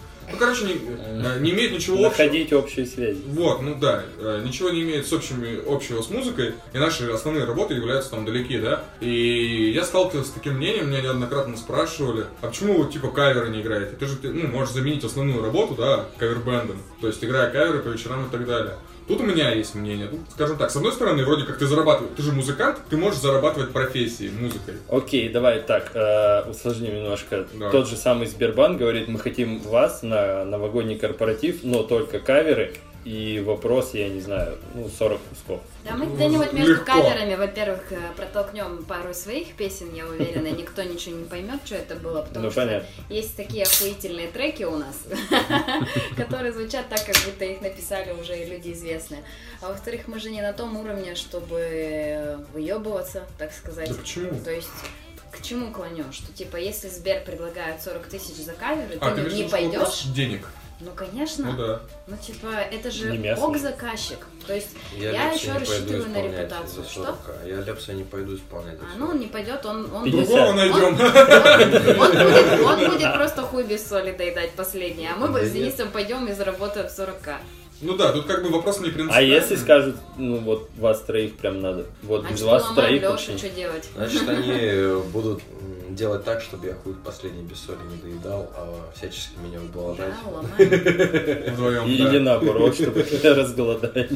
Не имеет ничего общего. Находить общие связи. Вот, ничего не имеет общего с музыкой, и наши основные работы являются там далеки, да. И я сталкивался с таким мнением, меня неоднократно спрашивали: а почему вы типа каверы не играете? Ты же можешь заменить основную работу, да, кавер-бэндом, то есть играя каверы по вечерам и так далее. Тут у меня есть мнение. Тут, скажем так, с одной стороны, вроде как ты зарабатываешь, ты же музыкант, ты можешь зарабатывать профессией, музыкой. Окей, давай так, усложним немножко. Да. Тот же самый Сбербанк говорит: мы хотим вас на новогодний корпоратив, но только каверы. И вопрос, я не знаю, 40 кусков. Да, мы где-нибудь между Легко. каверами, во-первых, протолкнем пару своих песен, я уверена, никто ничего не поймет, что это было, потому что понятно. есть такие охуительные треки у нас, которые звучат так, как будто их написали уже люди известные. А во-вторых, мы же не на том уровне, чтобы выебываться, так сказать. Да почему? То есть... К чему клоню? Что типа, если Сбер предлагает 40 тысяч за каверы, ты ты не видишь, вопрос пойдешь? денег. Ну, конечно. Ну да. Ну, типа, это же Не мясо. ок-заказчик. То есть, я еще рассчитываю на репутацию. Что? Я Лепса не пойду исполнять. Он не пойдет, он 50. Другого найдем. Он будет просто хуй без соли доедать последний, а мы бы с Денисом пойдем и заработаем 40к. Ну да, тут как бы вопрос не принципиальный. А если скажут, вот вас троих прям надо, вот А без что вас ломаем троих Лешу, вообще. что делать? Значит, они будут делать так, чтобы я хуй последний без соли не доедал, а всячески меня ублажать. Да, ломаем. Вдвоем, Или да. наоборот, чтобы тебя разголодали.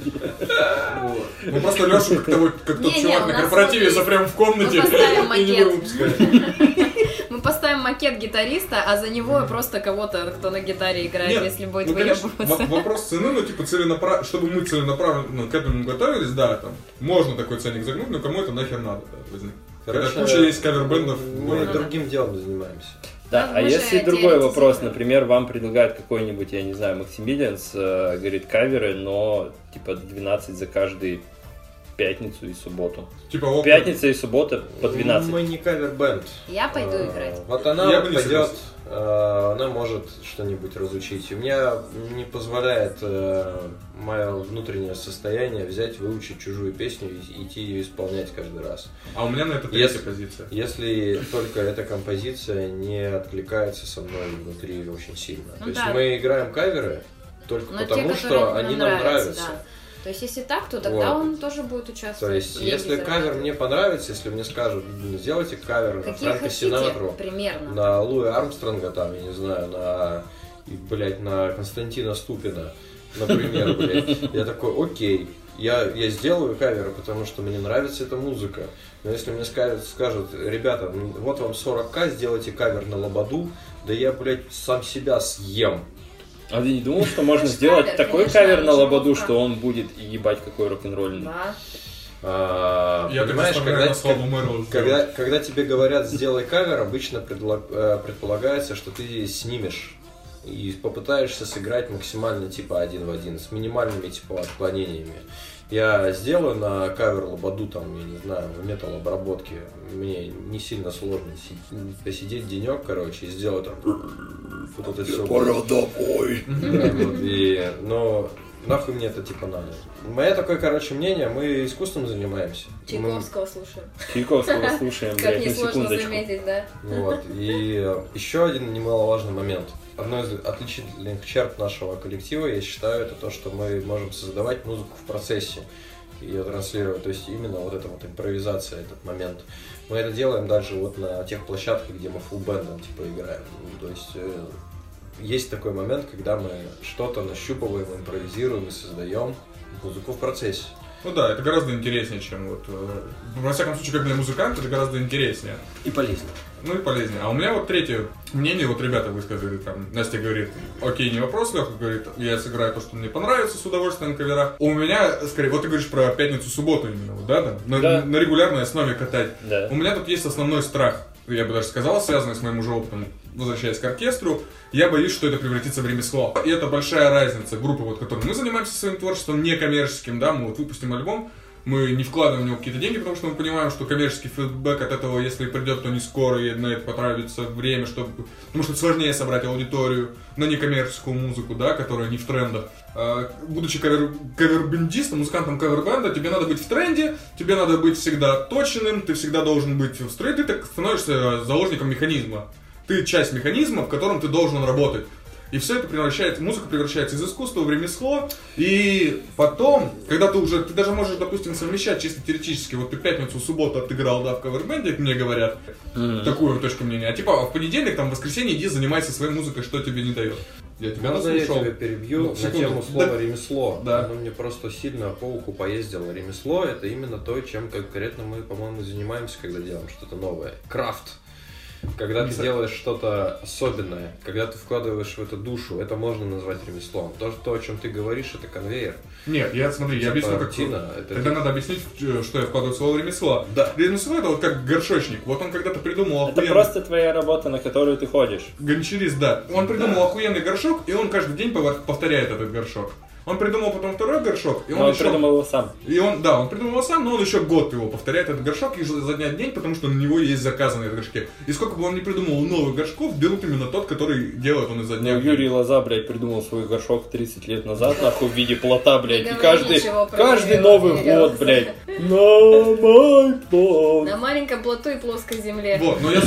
Мы просто Лешу как тот Не-не, чувак у на нас корпоративе вот запрем в комнате мы поставим и не макет. будем пускать. Мы поставим макет гитариста, а за него просто кого-то, кто на гитаре играет, Нет, если будет конечно, выебываться. вопрос цены, типа чтобы мы целенаправленно к этому готовились, да, там, можно такой ценник загнуть, но кому это нахер надо, да, возник. Когда куча есть кавер-бендов. Мы да. другим делом занимаемся. Да, Ну, а мы же если другой вопрос, теоретизируем. например, вам предлагают какой-нибудь, я не знаю, Максимилианс, говорит, каверы, но типа 12 за каждый пятницу и субботу. Типа, Пятница и суббота по 12. Мы не кавер-бенд. Я пойду играть. Вот она Я бы не пойдет, согласен. она может что-нибудь разучить. И мне не позволяет мое внутреннее состояние взять, выучить чужую песню и идти ее исполнять каждый раз. А у меня на это третья позиция. Если только эта композиция не откликается со мной внутри очень сильно. Ну То есть да. мы играем каверы только Но потому, те, что которые они нам нравятся. да. То есть, если так, то тогда Вот. он тоже будет участвовать. То есть, деньги если кавер зарабатывать. мне понравится, если мне скажут, сделайте кавер на Какие Фрэнка хотите, Синатру, примерно. на Луи Армстронга, там, я не знаю, на Константина Ступина, например, блядь, я такой, окей, я сделаю каверы, потому что мне нравится эта музыка. Но если мне скажут, ребята, вот вам 40к, сделайте кавер на Лободу, да я, блядь, сам себя съем. А ты не думал, что можно Это ж сделать кавер, такой конечно, кавер на ничего Лободу, как. что он будет ебать какой рок-н-ролльный? Да. Я так Понимаешь, представляю на Славу Мэрлоу. когда тебе говорят сделай кавер, обычно предполагается, что ты снимешь и попытаешься сыграть максимально типа один в один, с минимальными типа отклонениями. Я сделаю на кавер Лободу, там, я не знаю, в метал-обработке. Мне не сильно сложно посидеть денек, короче, и сделать там вот это все. Пора домой. Но нахуй мне это типа надо. Мое такое, короче, мнение, мы искусством занимаемся. Чайковского слушаю. Чайковского слушаем, Как блядь, на несложно секундочку. заметить, да? Вот. И еще один немаловажный момент. Одно из отличительных черт нашего коллектива, я считаю, это то, что мы можем создавать музыку в процессе и ее транслировать. То есть именно вот эта вот импровизация, этот момент. Мы это делаем даже вот на тех площадках, где мы фулл-бендом типа играем. То есть есть такой момент, когда мы что-то нащупываем, импровизируем и создаем музыку в процессе. Ну да, это гораздо интереснее, чем вот... Во всяком случае, как для музыканта, это гораздо интереснее. И полезнее. Ну и полезнее. А у меня вот третье мнение, вот ребята высказали, там, Настя говорит, окей, не вопрос, Леха говорит, я сыграю то, что мне понравится, с удовольствием кавера. У меня, скорее, вот ты говоришь про пятницу-субботу именно, вот, да, там, Да. на регулярной основе катать. Да. У меня тут есть основной страх, я бы даже сказал, связанный с моим уже опытом, возвращаясь к оркестру, я боюсь, что это превратится в ремесло. И это большая разница. Группы, вот, которой мы занимаемся своим творчеством, некоммерческим, да, мы вот выпустим альбом, мы не вкладываем в него какие-то деньги, потому что мы понимаем, что коммерческий фидбэк от этого, если придет, то не скоро, и на это потратится время, чтобы... потому что сложнее собрать аудиторию на некоммерческую музыку, да, которая не в трендах. Будучи кавербендистом, музыкантом кавербенда, тебе надо быть в тренде, тебе надо быть всегда точным, ты всегда должен быть в строе, ты так становишься заложником механизма. Ты часть механизма, в котором ты должен работать. И все это музыка превращается из искусства в ремесло. И потом, когда ты даже можешь, допустим, совмещать чисто теоретически, вот ты пятницу, субботу отыграл, да, в кавербенде, мне говорят, такую точку мнения. А типа в понедельник, там, в воскресенье иди занимайся своей музыкой, что тебе не дает. Я тебя Можно я наслушал. тебя перебью Ну, на секунду. тему слова Да. ремесло? Да. Оно мне просто сильно по уху поездило. Ремесло — это именно то, чем конкретно мы, по-моему, занимаемся, когда делаем что-то новое. Крафт. Когда ты делаешь что-то особенное, когда ты вкладываешь в это душу, это можно назвать ремеслом. То, о чем ты говоришь, это конвейер. Нет, я объясню, как... рутина, это Тогда надо объяснить, что я вкладываю в слово ремесло. Да. Ремесло это вот как горшочник. Вот он когда-то придумал Это просто твоя работа, на которую ты ходишь. Гончарист, да. Он придумал охуенный горшок, и он каждый день повторяет этот горшок. Он придумал потом второй горшок, и Но он придумал его сам. он придумал его сам, но он еще год его повторяет этот горшок изо дня в день, потому что на него есть заказы на этот горшке. И сколько бы он ни придумал новых горшков, берут именно тот, который делает он изо дня в день. Юрий Лоза, блядь, придумал свой горшок 30 лет назад, нахуй, в виде плота, блядь. Не И говори ничего про каждый Юрия Новый Лоза. год, блядь. На мой плот. На маленьком плоту и плоской земле. Вот, но я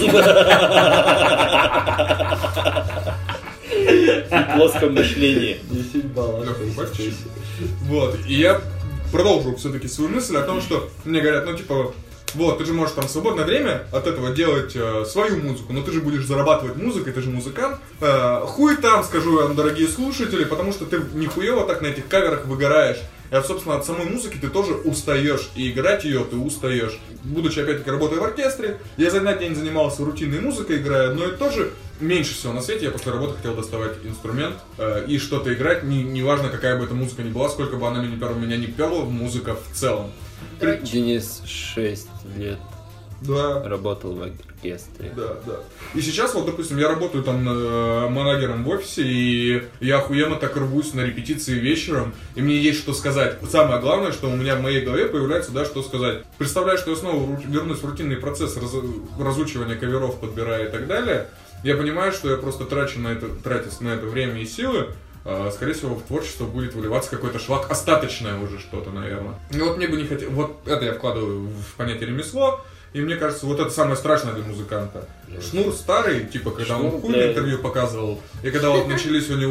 В плоском мышлении. 10 баллов. Лёха, хочешь? Вот, и я продолжу все-таки свою мысль о том, что мне говорят, ну типа, вот, ты же можешь там в свободное время от этого делать свою музыку, но ты же будешь зарабатывать музыкой, ты же музыкант. Хуй там, скажу вам, дорогие слушатели, потому что ты нихуево так на этих каверах выгораешь. И, собственно, от самой музыки ты тоже устаешь, и играть ее ты устаешь. Будучи, опять-таки, работая в оркестре, я за один день занимался рутинной музыкой, играя, но это тоже меньше всего на свете. Я после работы хотел доставать инструмент и что-то играть, неважно, какая бы эта музыка ни была, сколько бы она меня не перла, музыка в целом. Денис 6 лет Да. Работал в оркестре. Да, да. И сейчас, вот, допустим, я работаю там манагером в офисе, и я охуенно так рвусь на репетиции вечером, и мне есть что сказать. Самое главное, что у меня в моей голове появляется, да, что сказать. Представляю, что я снова вернусь в рутинный процесс разучивания каверов, подбирая и так далее. Я понимаю, что я просто тратя на это время и силы, скорее всего, в творчество будет выливаться какой-то шлак, остаточное уже что-то, наверное. И вот мне бы не хотелось... Вот это я вкладываю в понятие ремесло, и мне кажется, вот это самое страшное для музыканта. Шнур старый, типа, когда он хуй на интервью показывал, и когда вот начались у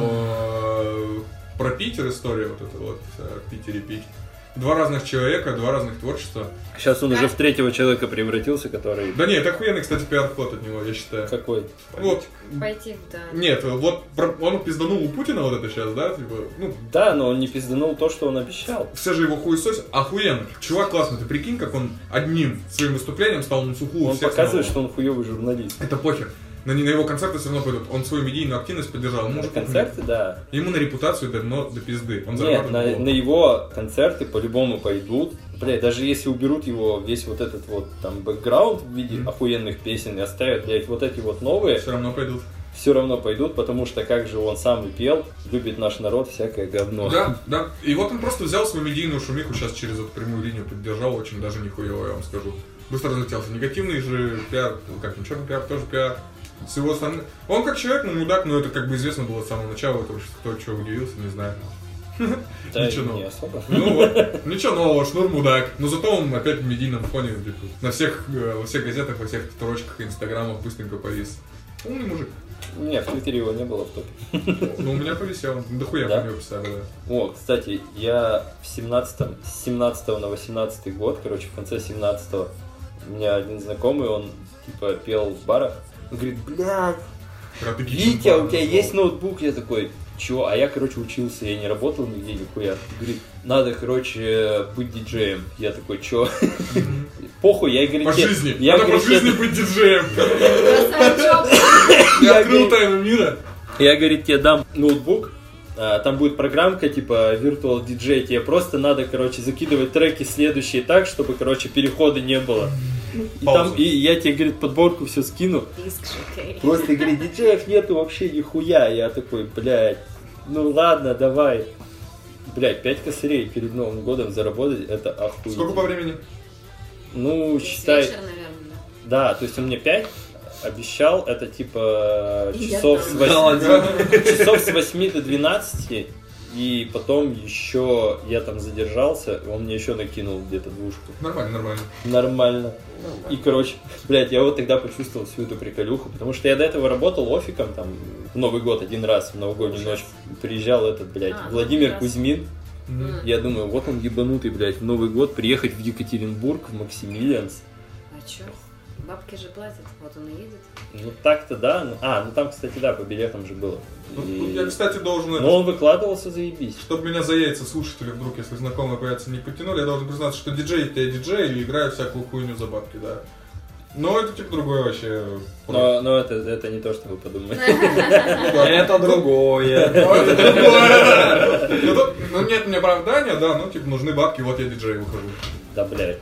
него про Питер история, вот это вот, в Питере пить. Два разных человека, два разных творчества. Сейчас он уже в третьего человека превратился, который... Да нет, это охуенный, кстати, пиар-ход от него, я считаю. Какой? Вот. Пойти, да. Нет, вот он пизданул у Путина вот это сейчас, да? Типа, ну, Да, но он не пизданул то, что он обещал. все же его хуесосят. Охуенно. Чувак классный, ты прикинь, как он одним своим выступлением стал на сухую Он всех показывает, снова. что он хуёвый журналист. Это похер. На его концерты все равно пойдут. Он свою медийную активность поддержал. На концерты, да. Ему на репутацию до пизды. Он Нет, зарабатывает на его концерты по-любому пойдут. Блядь, даже если уберут его весь вот этот вот там бэкграунд в виде охуенных песен и оставят, блядь, вот эти вот новые, все равно пойдут. все равно пойдут, потому что как же он сам и пел, любит наш народ всякое говно. Да, да. И вот он просто взял свою медийную шумиху, сейчас через эту прямую линию поддержал, очень даже нихуево, я вам скажу. Быстро разлетелся. Негативный же пиар, как не черный пиар, тоже пиар. С его стороны. Он как человек, ну мудак, но это как бы известно было с самого начала, это уж кто чего удивился, не знаю. Да, Ничего не нового. особо. Ну вот, ничего нового, Шнур мудак. Но зато он опять в медийном фоне, типа, во всех газетах, во всех строчках и инстаграмах быстренько повис. Умный мужик. Не, в Твиттере его не было в топе. Ну, у меня повисел. Дохуя Да? по него писали, да. О, кстати, я с 17 на 18 год, короче, в конце 17-го, у меня один знакомый, он, типа, пел в барах. Он говорит, блядь, Витя, у тебя есть ноутбук? Я такой, чё? А я, короче, учился, я не работал нигде, нихуя. Говорит, надо, короче, быть диджеем. Я такой, чё? Похуй, я, говорит, По тебе- жизни. я, Надо по говорит, жизни тебе- быть диджеем. Красавчик. Я открыл тайну мира. Я, говорит, тебе дам ноутбук, там будет программка, типа, Virtual DJ, тебе просто надо, короче, закидывать треки следующие так, чтобы, короче, перехода не было. И, Пауза. там, и я тебе, говорит, подборку все скину. Диск шокей. Просто, говорит, диджеев нету вообще нихуя. Я такой, блядь, ну ладно, давай. Блядь, 5 косарей перед Новым годом заработать, это охуенно. Сколько по времени? Ну, Весь считай, вечер, наверное, да, то есть он мне 5 обещал, это типа И часов я с 8, часов с 8 до 12, и потом еще я там задержался, и он мне еще накинул где-то двушку. Нормально, нормально. Нормально. И, короче, блядь, я вот тогда почувствовал всю эту приколюху, потому что я до этого работал офиком, там, в Новый год один раз, в новогоднюю ночь, приезжал этот, блядь, Владимир раз. Кузьмин. Я думаю, вот он ебанутый, блядь, в Новый год приехать в Екатеринбург, в Максимилианс. А чё? Бабки же платят, вот он и едет. Ну так-то да, ну там, кстати, да, по билетам же было. Ну, И- тут я, кстати, должен... Но он выкладывался, заебись. Чтобы меня за яйца слушатели вдруг, если знакомые появятся, не подтянули, я должен признаться, что диджей я диджей и играю всякую хуйню за бабки, да. Но это типа другое вообще. Но это не то, что вы подумали. Это другое. Ну, это другое. Ну, нет мне оправдания, да, ну, типа, нужны бабки, вот я диджей выхожу. Да, блядь,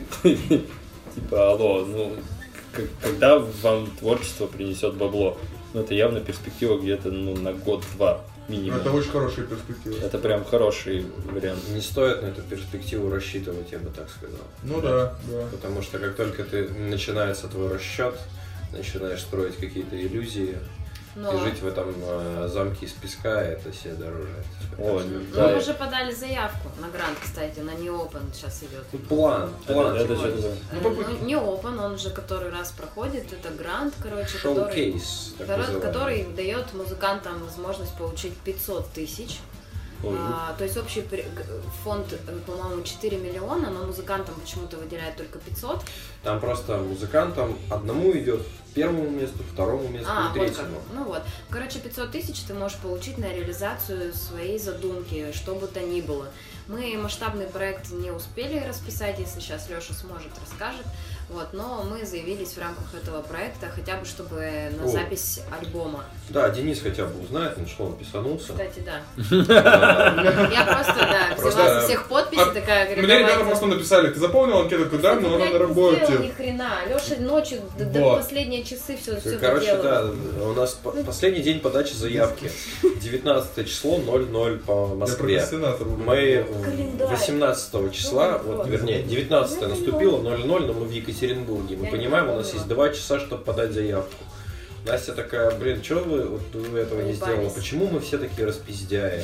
типа, алло, ну, когда вам творчество принесет бабло? Ну, это явно перспектива где-то, ну, на год-два минимум. Это очень хорошая перспектива. Это прям хороший вариант. Не стоит на эту перспективу рассчитывать, я бы так сказал. Ну да, да. Потому что как только начинается твой расчет, начинаешь строить какие-то иллюзии, Но... и жить в этом замке из песка, это себе дороже. О, Ну, да. мы уже подали заявку на грант, кстати, на New Open сейчас идет. План. Это типа, что такое? Ну, New Open, он уже который раз проходит, это грант, короче, который, шоу-кейс, так называемый. который дает музыкантам возможность получить 500 тысяч. Ой. То есть общий фонд, по-моему, 4 миллиона, но музыкантам почему-то выделяют только 500. Там просто музыкантам одному идет первому месту, второму месту и Вот как. третьему. Ну вот. Короче, 500 тысяч ты можешь получить на реализацию своей задумки, что бы то ни было. Мы масштабный проект не успели расписать, если сейчас Леша сможет, расскажет. Вот, но мы заявились в рамках этого проекта, хотя бы чтобы на запись альбома. Да, Денис хотя бы узнает, на что он писанулся. Кстати, да. Я просто, да, Просто взяла всех подписи такая, говорит, Мне ребята давайте. просто написали, ты заполнил анкету? Такой, да, но она на работе. Ни хрена. Леша ночью до Вот. последние часы все Короче, доделал. да, у нас последний день подачи заявки. 19 число, 00 по Я Москве. прокрастинатор. Мы Календарь. 18 числа, Ну, вот, вот. вернее, 19 наступило, 00, но мы в Екатеринбурге. Мы Я не понимаем, у нас помнила. есть 2 часа, чтобы подать заявку. Настя такая, блин, что вы этого не сделали? Улыбались. Почему мы все такие распиздяи?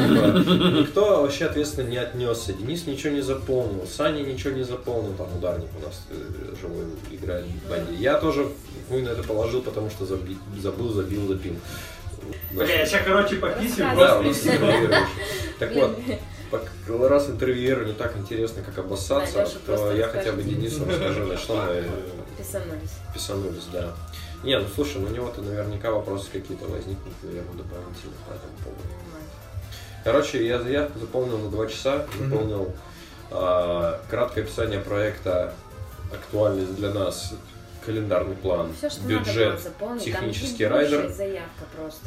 Никто вообще ответственно не отнесся. Денис ничего не заполнил, Саня ничего не заполнил, там ударник у нас живой играет в банде. Я тоже хуй на это положил, потому что забыл, запил. Бля, я сейчас, короче, пописываю. Да, у нас интервьюируешь. Так вот, раз интервьюеру не так интересно, как обоссаться, Да, Лёша то просто я расскажет. хотя бы Денису расскажу, на что мы Писанулись. писанулись, да. Не, ну слушай, у него-то наверняка вопросы какие-то возникнут, наверное, дополнительно по этому поводу. Короче, я заявку заполнил на 2 часа, заполнил краткое описание проекта, актуальность для нас, календарный план, Все, что надо было бюджет, заполнить, технический там райдер. ебучая заявка просто.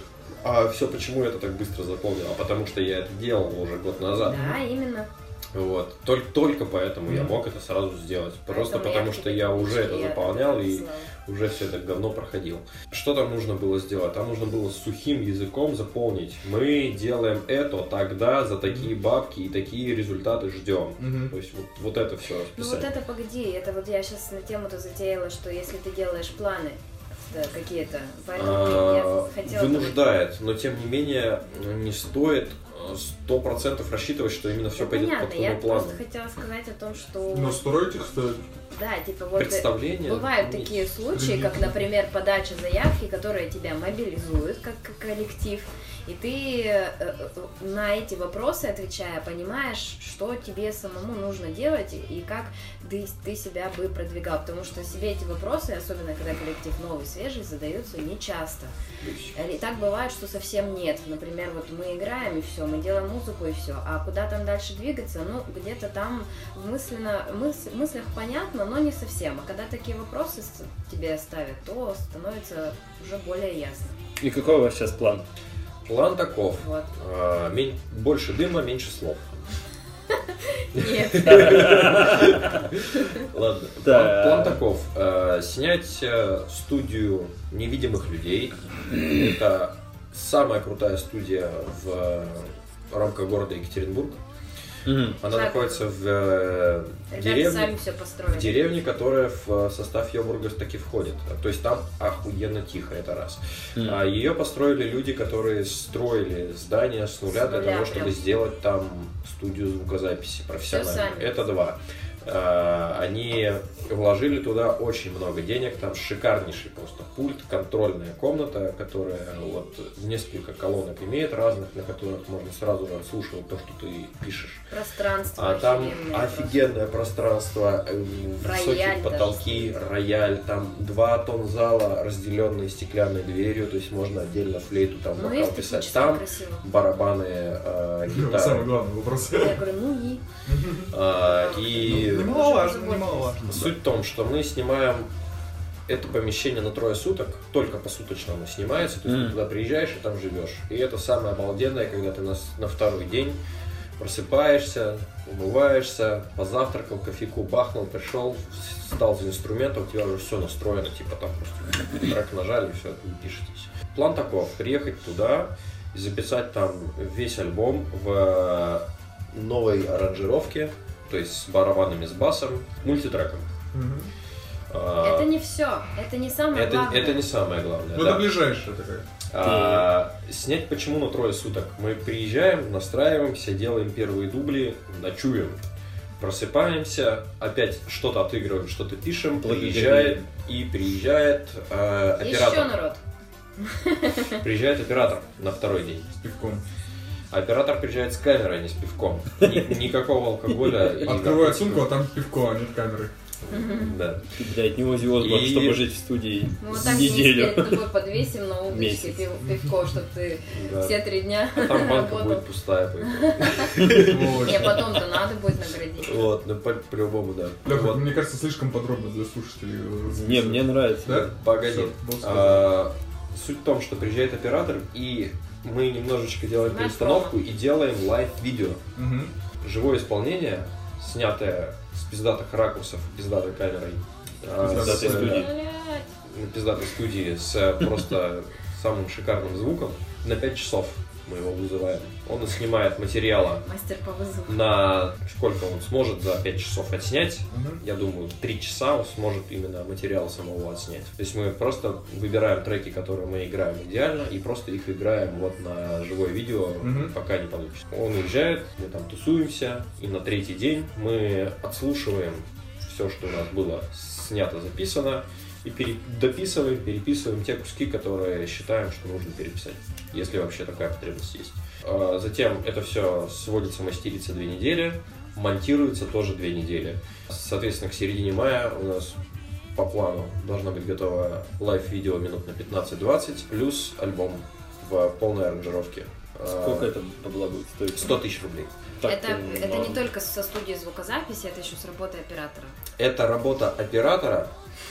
А все почему я это так быстро заполнил? А потому что я это делал уже год назад. Да, именно. Вот. Только поэтому я мог это сразу сделать. Просто Поэтому потому я что тебе я уже это таблички заполнял и прислала. уже все это говно проходил. Что там нужно было сделать? Там нужно было сухим языком заполнить. Мы делаем это тогда за такие бабки и такие результаты ждем. То есть вот это все Ну расписание. вот это погоди, это вот я сейчас на тему-то затеяла, что если ты делаешь планы какие-то, поэтому я хотела... Вынуждает, но тем не менее не стоит 100% рассчитывать, что именно все Да, пойдет понятно, по я твоему плану. просто хотела сказать о том, что... Но строить их стоит. Да, типа вот Представление бывают иметь. такие случаи, как, например, подача заявки, которая тебя мобилизует как коллектив, и ты на эти вопросы, отвечая, понимаешь, что тебе самому нужно делать и как ты себя бы продвигал, потому что себе эти вопросы, особенно когда коллектив новый, свежий, задаются нечасто. И так бывает, что совсем нет. Например, вот мы играем и все, мы делаем музыку и все, а куда там дальше двигаться, ну, где-то там в мыслях понятно, но не совсем. А когда такие вопросы тебе ставят, то становится уже более ясно. И какой у вас сейчас план? План таков. Вот. Больше дыма, меньше слов. Нет. Ладно. Да. План таков. Снять студию невидимых людей. Это самая крутая студия в рамках города Екатеринбург. Она Так. находится в Ребята деревне. сами все построили. В деревне, которая в состав Йобурга таки входит. То есть там охуенно тихо, это раз. Ее построили люди, которые строили здание с нуля для нуля того, чтобы прям. сделать там студию звукозаписи профессиональную. сами. Это два. Они вложили туда очень много денег, там шикарнейший просто пульт, контрольная комната, которая вот несколько колонок имеет разных, на которых можно сразу же отслушивать то, что ты пишешь. Пространство А там офигенное офигенное пространство, высокие Рояль потолки, даже. рояль, там 2 тонн зала, разделенные стеклянной дверью, то есть можно отдельно флейту, там просто. Ну, вокал есть писать, технически там красиво. барабаны, Самый гитары. главный вопрос. Я говорю, ну и... И Немаловажно. суть в том, что мы снимаем это помещение на 3 суток, только посуточно оно снимается, то есть ты туда приезжаешь и там живешь. И это самое обалденное, когда ты на второй день просыпаешься, умываешься, позавтракал, кофейку бахнул, пришел, встал за инструментом, у тебя уже все настроено, типа там просто трек нажали и все, и пишетесь. План таков, приехать туда и записать там весь альбом в новой аранжировке, то есть с барабанами, с басом, мультитреком. Это не все, это не самое главное. Это не самое главное. Ну, да. это ближайшее такая. Снять почему на 3 суток? Мы приезжаем, настраиваемся, делаем первые дубли, ночуем, просыпаемся, опять что-то отыгрываем, что-то пишем, приезжает Еще оператор. народ. Приезжает оператор на 2-й день. С пивком. Оператор приезжает с камерой, а не с пивком. Никакого алкоголя. и Открывает сумку, а там пивко, а нет камеры. Да. Ты, блядь, не Оззи Осборн, И- чтобы жить в студии Мы вот так здесь неделю. перед тобой подвесим на удочке Месяц. пивко, чтобы ты Да. все 3 дня А там банка работал. будет пустая. поэтому. Не, потом-то надо будет наградить. Вот, ну по-любому, да. Лёха, Вот. мне кажется, слишком подробно для слушателей. Не, мне нравится. Да? Погоди. Всё, был сказан. Суть в том, что приезжает оператор и мы немножечко делаем Знаешь, перестановку и делаем лайв-видео. Мгм. Живое исполнение, снятое с пиздатых ракурсов, пиздатой камерой. Пиздатой с, студии. на пиздатой студии с просто самым шикарным звуком. На 5 часов мы его вызываем. Он снимает материала Мастер по вызову. на сколько он сможет за 5 часов отснять. Мгм. Я думаю, 3 часа он сможет именно материал самого отснять. То есть мы просто выбираем треки, которые мы играем идеально, и просто их играем вот на живое видео, Мгм. пока не получится. Он уезжает, мы там тусуемся, и на 3-й день мы отслушиваем все, что у нас было снято, записано, и дописываем, переписываем те куски, которые считаем, что нужно переписать, если вообще такая потребность есть. Затем это все сводится, мастерится 2 недели, монтируется тоже 2 недели. Соответственно, к середине мая у нас по плану должно быть готово лайв-видео минут на 15-20, плюс альбом в полной аранжировке. Сколько это бабла будет стоить? 100 тысяч рублей. Так-то Это мало. не только со студии звукозаписи, это еще с работы оператора. Это работа оператора,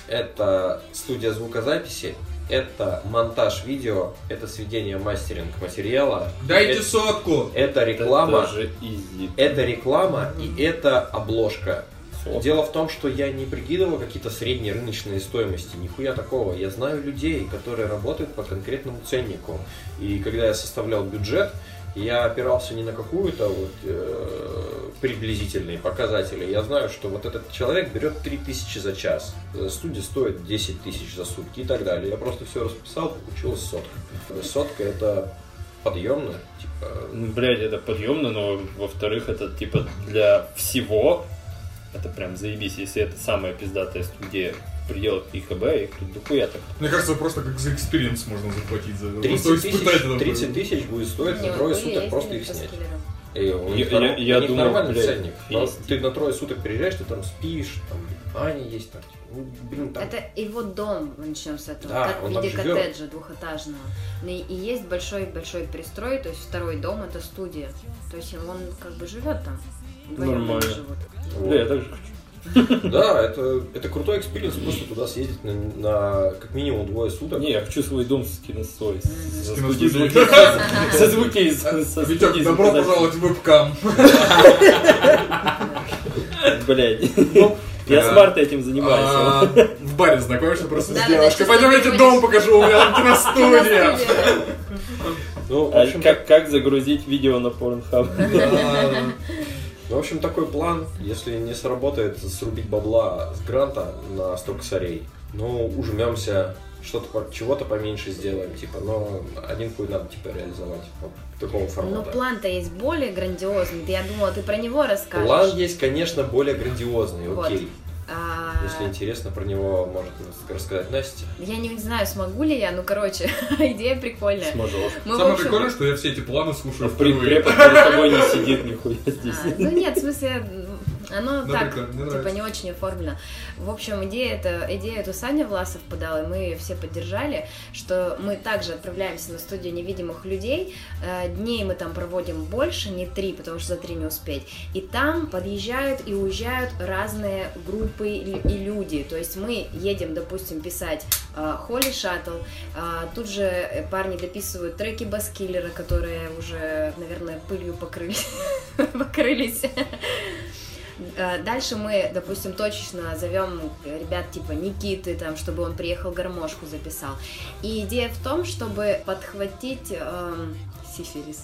это студия звукозаписи, это монтаж видео, это сведение мастеринг материала. Дайте это, сотку! это реклама, Это же изи. это реклама и это обложка. Фу. Дело в том, что я не прикидывал какие-то средние рыночные стоимости, нихуя такого. Я знаю людей, которые работают по конкретному ценнику. И когда я составлял бюджет, я опирался не на какую-то вот, приблизительные показатели. Я знаю, что вот этот человек берет 3000 за час, студия стоит 10 тысяч за сутки и так далее. Я просто все расписал, получилась сотка. Сотка это подъемно, типа. Ну, блядь, это подъемно, но во-вторых, это типа для всего. Это прям заебись, если это самая пиздатая студия в пределах ИХБ, их тут дохуя так. Мне кажется, просто как за экспириенс можно заплатить за это. 30 Просто испытать это. тысяч, 30 тысяч будет стоить на трое суток просто их снять. И у них, Я у них думал, нормальный блядь, ценник. Но есть. ты на трое суток приезжаешь, ты там спишь, там Аня есть, там, ну, блин, там. Это его дом, начнем с этого, Да, как в он там виде живет. коттеджа двухэтажного. И есть большой-большой пристрой, то есть второй дом это студия. То есть он как бы живет там. Вдвоем они Нормально. живут. Вот. Бля, я так же хочу. Да, это крутой экспириенс, просто туда съездить на как минимум 2 суток. Не, я хочу свой дом с киносой. Со киностудией. студией звуки. Со звуки. Со Витек, студией добро звукозаписи. пожаловать в вебкам. Блядь. Я с марта этим занимаюсь. В баре знакомишься просто с Да-да-да, девушкой. сейчас Пойдемте ты дом покажу, у меня там киностудия. Киностудия. Ну, в А общем, как загрузить видео на Pornhub? в общем, такой план, если не сработает срубить бабла с гранта на 100 косарей, ну, ужмемся, чего-то поменьше сделаем, типа, но один хуй надо, типа, реализовать. Вот такого Но формата. план-то есть более грандиозный. Я думала, ты про него расскажешь. План есть, конечно, более грандиозный, Вот. окей. А, Если интересно, про него может рассказать Настя. Я не знаю, смогу ли я, ну короче, идея прикольная. Сможешь. Мы, в Самое общем, прикольное, что я все эти планы слушаю впервые. Препод перед тобой не сидит нихуя здесь. Ну нет, в смысле, оно Да, так, прикольно, мне типа, нравится. не очень оформлено. В общем, идею эту Саня Власов подал, и мы ее все поддержали, что мы также отправляемся на студию невидимых людей. Дней мы там проводим больше, не 3, потому что за 3 не успеть. И там подъезжают и уезжают разные группы и люди. То есть мы едем, допустим, писать Holy Shuttle, тут же парни дописывают треки Баскиллера, которые уже, наверное, пылью покрылись. Дальше мы, допустим, точечно зовем ребят типа Никиты, там, чтобы он приехал гармошку записал. И идея в том, чтобы подхватить сифилис.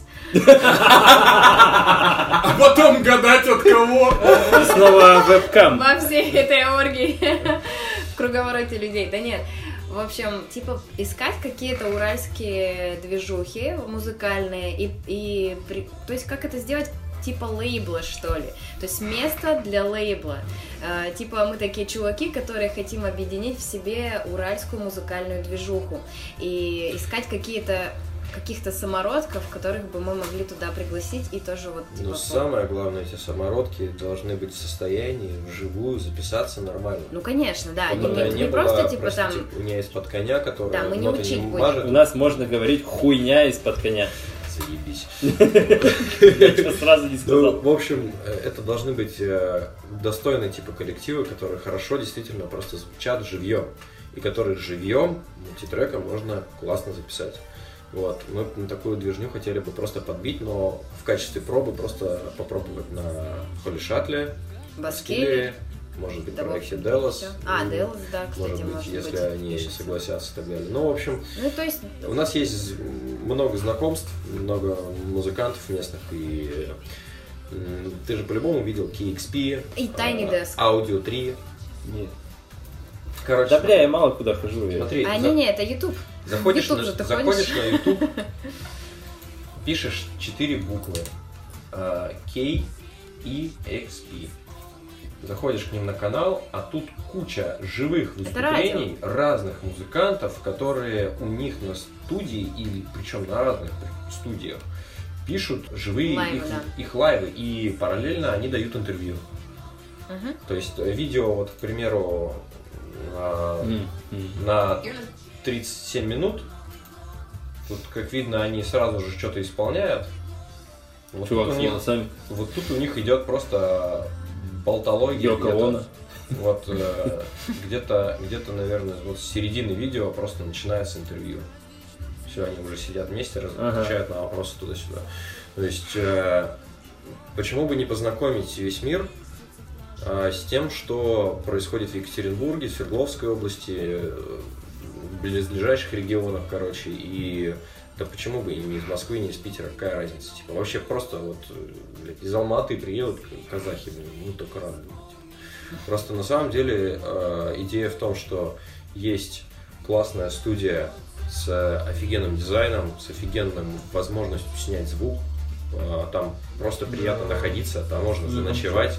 А потом гадать от кого. Снова вебкам. Во всей этой оргии в круговороте людей. Да нет. В общем, типа искать какие-то уральские движухи музыкальные то есть как это сделать типа лейбла, что ли. То есть место для лейбла. Типа мы такие чуваки, которые хотим объединить в себе уральскую музыкальную движуху и искать каких-то самородков, которых бы мы могли туда пригласить и тоже вот типа... Но самое главное, эти самородки должны быть в состоянии вживую записаться нормально. Ну, конечно, да. Чтобы она Не была, просто типа простите, там... у меня из-под коня, которая Да, мы не ноты учить будем. мажет. У нас можно говорить хуйня из-под коня. Заебись. Я что сразу не Ну, сказал. в общем, это должны быть достойные типа коллективы, которые хорошо действительно просто звучат живьем. И которые живьем мультитреком можно классно записать. Вот, мы на такую движню хотели бы просто подбить, но в качестве пробы просто попробовать на Holy Shuttle, Баскеле. может быть, Да, на в проекте общем, Dallas. всё. Даллас, да, кстати, может быть, если они пишется. согласятся и так далее. Ну, в общем, Ну, то есть, у нас есть много знакомств, много музыкантов местных, и ты же по-любому видел KXP, И Tiny Desk. Audio 3. Нет. Короче, Да, бля, я мало куда хожу. я. смотри, не, это YouTube. заходишь, YouTube на, же ты заходишь ходишь. на YouTube, пишешь 4 буквы K, E, X, P. Заходишь к ним на канал, а тут куча живых выступлений разных музыкантов, которые у них на студии, или причем на разных студиях, пишут живые Лайвы, да. их лайвы, и параллельно они дают интервью. Мгм. То есть видео, вот, к примеру, на 37 минут, тут, как видно, они сразу же что-то исполняют. Вот Чувак тут с у них, волосами. вот тут у них идет просто болтология. Йоко Оно. Вот где-то, наверное, вот с середины видео просто начинается интервью. Все, они уже сидят вместе, отвечают на вопросы туда-сюда. То есть, почему бы не познакомить весь мир с тем, что происходит в Екатеринбурге, Свердловской области, в ближайших регионах, короче, и да почему бы и не из Москвы, не из Питера, какая разница? Типа, вообще просто вот, блядь, из Алматы приедут казахи, блин, ну только рады. Просто на самом деле идея в том, что есть классная студия с офигенным дизайном, с офигенным возможностью снять звук. Там просто приятно находиться, там можно заночевать.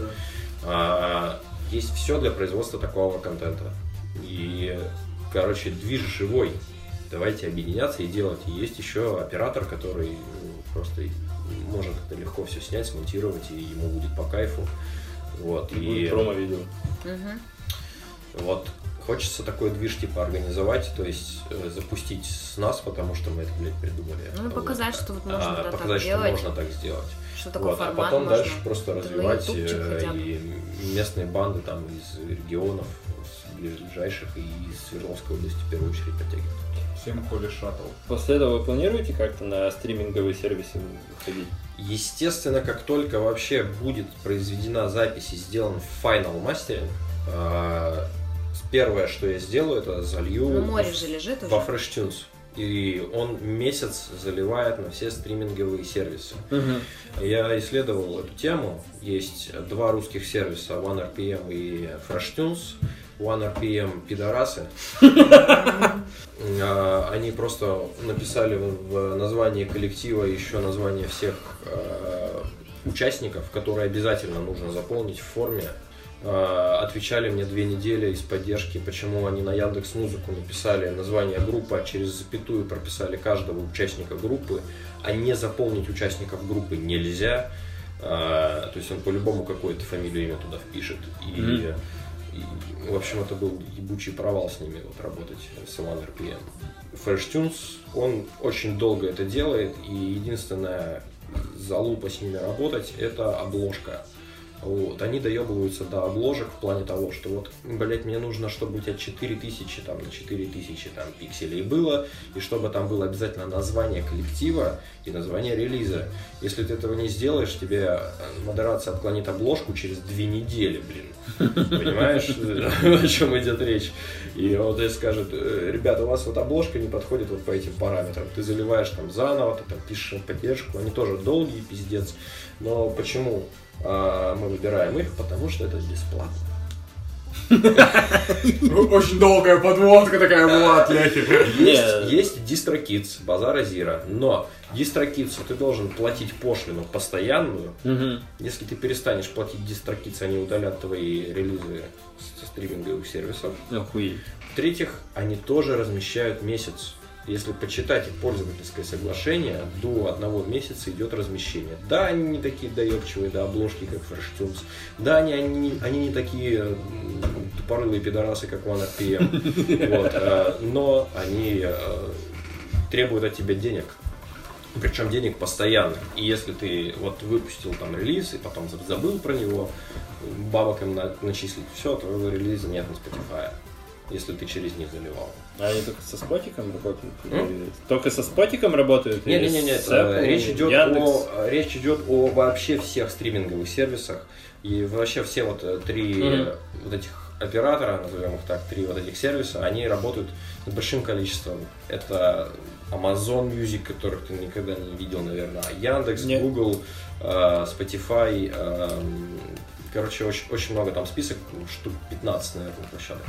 Есть все для производства такого контента. И, короче, движ живой. Давайте объединяться и делать. И есть еще оператор, который просто может это легко все снять, смонтировать, и ему будет по кайфу. Вот. Будет промо-видео. Мгм. Вот хочется такой движ типа организовать, то есть запустить с нас, потому что мы это, блядь, придумали. Ну и показать, что вот можно да, показать, так что делать. можно так сделать. Что такое Вот, а формат потом можно. дальше просто на развивать ютубчик хотя бы. и местные банды там из регионов, с ближайших и из Свердловской области в первую очередь подтягивать. Всем Holy Shuttle. После этого вы планируете как-то на стриминговые сервисы выходить? Естественно, как только вообще будет произведена запись и сделан final мастеринг, первое, что я сделаю, это залью Ну, море же лежит уже. во FreshTunes. И он месяц заливает на все стриминговые сервисы. Я исследовал эту тему. Есть два русских сервиса, OneRPM и FreshTunes. OneRPM пидорасы. Они просто написали в названии коллектива еще название всех участников, которые обязательно нужно заполнить в форме. Отвечали мне 2 недели из поддержки, почему они на Яндекс.Музыку написали название группы, а через запятую прописали каждого участника группы, а не заполнить участников группы нельзя. То есть он по-любому какую-то фамилию, имя туда впишет. И, в общем, это был ебучий провал с ними вот, работать с OneRPM. FreshTunes, он очень долго это делает, и единственная залупа с ними работать – это обложка. Вот. Они доебываются до обложек в плане того, что вот, блять, мне нужно, чтобы у тебя 4000 там, на 4000 там, пикселей было, и чтобы там было обязательно название коллектива и название релиза. Если ты этого не сделаешь, тебе модерация отклонит обложку через 2 недели, блин. Понимаешь, о чем идет речь? И вот и скажут, ребята, у вас вот обложка не подходит вот по этим параметрам. Ты заливаешь там заново, ты там пишешь поддержку, они тоже долгие, пиздец. Но почему мы выбираем их? Потому что это бесплатно. Очень долгая подводка такая была от Ляхи. Есть DistroKids, базара Зира, но DistroKids ты должен платить пошлину постоянную. Если ты перестанешь платить DistroKids, они удалят твои релизы со стриминговых сервисов. Охуеть. В-третьих, они тоже размещают месяц. Если почитать их пользовательское соглашение, до 1 месяца идет размещение. Да, они не такие доебчивые до обложки, как FreshTunes. Да, они не такие тупорылые пидорасы, как OneRPM. Вот, но они требуют от тебя денег. Причем денег постоянных. И если ты вот выпустил там релиз и потом забыл про него, бабок им начислить, все, твоего релиза нет на Spotify. если ты через них заливал. А они только со спотиком работают? Только со спотиком работают? Не-не-не, речь идет о вообще всех стриминговых сервисах. И вообще все вот три вот этих оператора, назовем их так, три вот этих сервиса, они работают с большим количеством. Это Amazon Music, которых ты никогда не видел, наверное, Яндекс, Google, Spotify, короче, очень много там список, штук 15, наверное, площадок.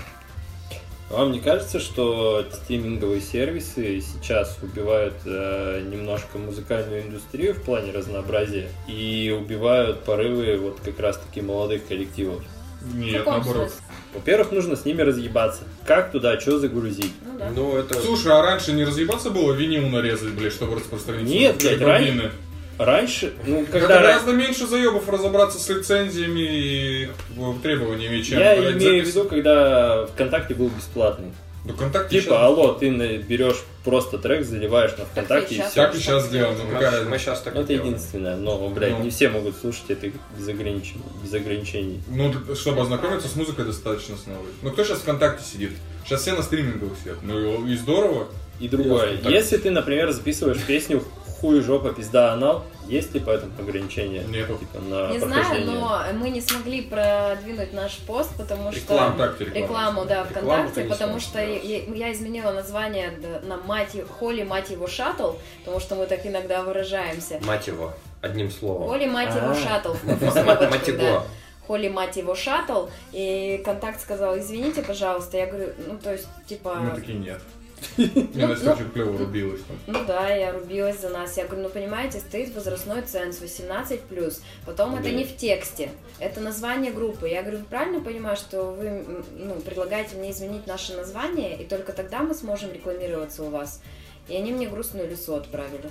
Вам не кажется, что стриминговые сервисы сейчас убивают немножко музыкальную индустрию в плане разнообразия и убивают порывы вот как раз-таки молодых коллективов? Нет, наоборот. Во-первых, нужно с ними разъебаться. Как туда, что загрузить? Ну, да. Ну, это... Слушай, а раньше не разъебаться было винил нарезать, блядь, чтобы распространить? Нет, блядь, раньше, ну, когда... Это гораздо меньше заебов разобраться с лицензиями и требованиями, чем... Я имею в виду, когда ВКонтакте был бесплатный. Ну, ВКонтакте типа, алло, ты берешь просто трек, заливаешь на ВКонтакте и все. Так и сейчас делаем, ну какая Мы сейчас так это делаем. единственное, но, блядь, не все могут слушать это без ограничений. Ну, чтобы ознакомиться с музыкой, достаточно с новой. Ну, кто сейчас ВКонтакте сидит? Сейчас все на стриминговых сидят. Ну, и здорово. И другое. Если ты, например, записываешь песню «Хуй, жопа, пизда, анал», есть ли по этому ограничения? Нету. Типа, на Не прохождение? знаю, но мы не смогли продвинуть наш пост, потому что... Рекламу, да, ВКонтакте, Рекламу, потому что конечно. я изменила название на Холли, мать его, шаттл, потому что мы так иногда выражаемся. Мать его, одним словом. Холли, мать его, шаттл. Мать его. Холли, мать его, шаттл. И Контакт сказал, извините, пожалуйста. Я говорю, ну, то есть, типа... Мы такие, нет. Мне Настя очень клево рубилась. Ну да, я рубилась за нас. Я говорю, ну понимаете, стоит возрастной ценз 18+. Потом это не в тексте, это название группы. Я говорю, правильно понимаю, что вы предлагаете мне изменить наше название, и только тогда мы сможем рекламироваться у вас? И они мне грустную лису отправили.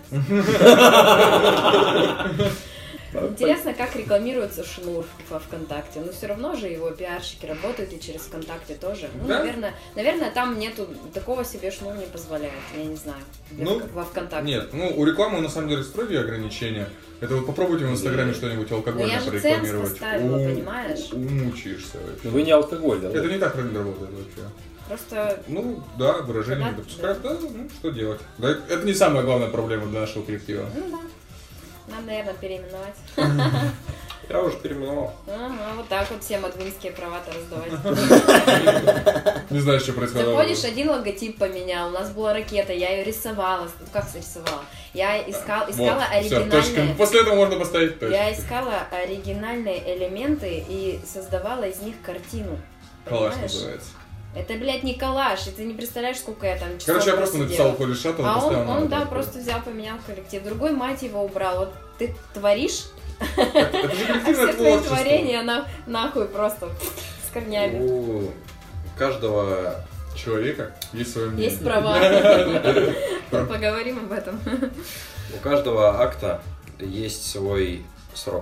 Интересно, как рекламируется Шнур во ВКонтакте. Но все равно же его пиарщики работают и через ВКонтакте тоже. Ну, да? наверное, там нету, такого себе Шнур не позволяет, я не знаю, во ВКонтакте. Нет, у рекламы на самом деле строгие ограничения. Это вот попробуйте в Инстаграме что-нибудь алкогольное я же порекламировать. ценз поставила, понимаешь? Умучаешься вообще. Вы не алкоголь, да? Это не так работает вообще. Просто... Ну, да, выражение не допускают, да, ну, что делать. Да, это не самая главная проблема для нашего коллектива. Ну да. Надо, наверное, переименовать. Я уже переименовал. Ага, вот так вот всем админские права-то раздавать. Не знаю, что происходило. Заходишь, один логотип поменял, у нас была ракета, я ее рисовала. Ну как рисовала? Я искала оригинальные... После этого можно поставить точку. Я искала оригинальные элементы и создавала из них картину. Коллаж Понимаешь? называется. Это, блядь, не коллаж, и ты не представляешь, сколько я там часов Короче, я просто написал Холли Шаттл, А поставил он, на просто взял, поменял коллектив. Другой, мать его, убрал. Вот ты творишь, Это же а коллективное все твои творчество. творения нахуй просто с корнями. У каждого Человека есть свое мнение. Есть права. Поговорим об этом. У каждого акта есть свой срок.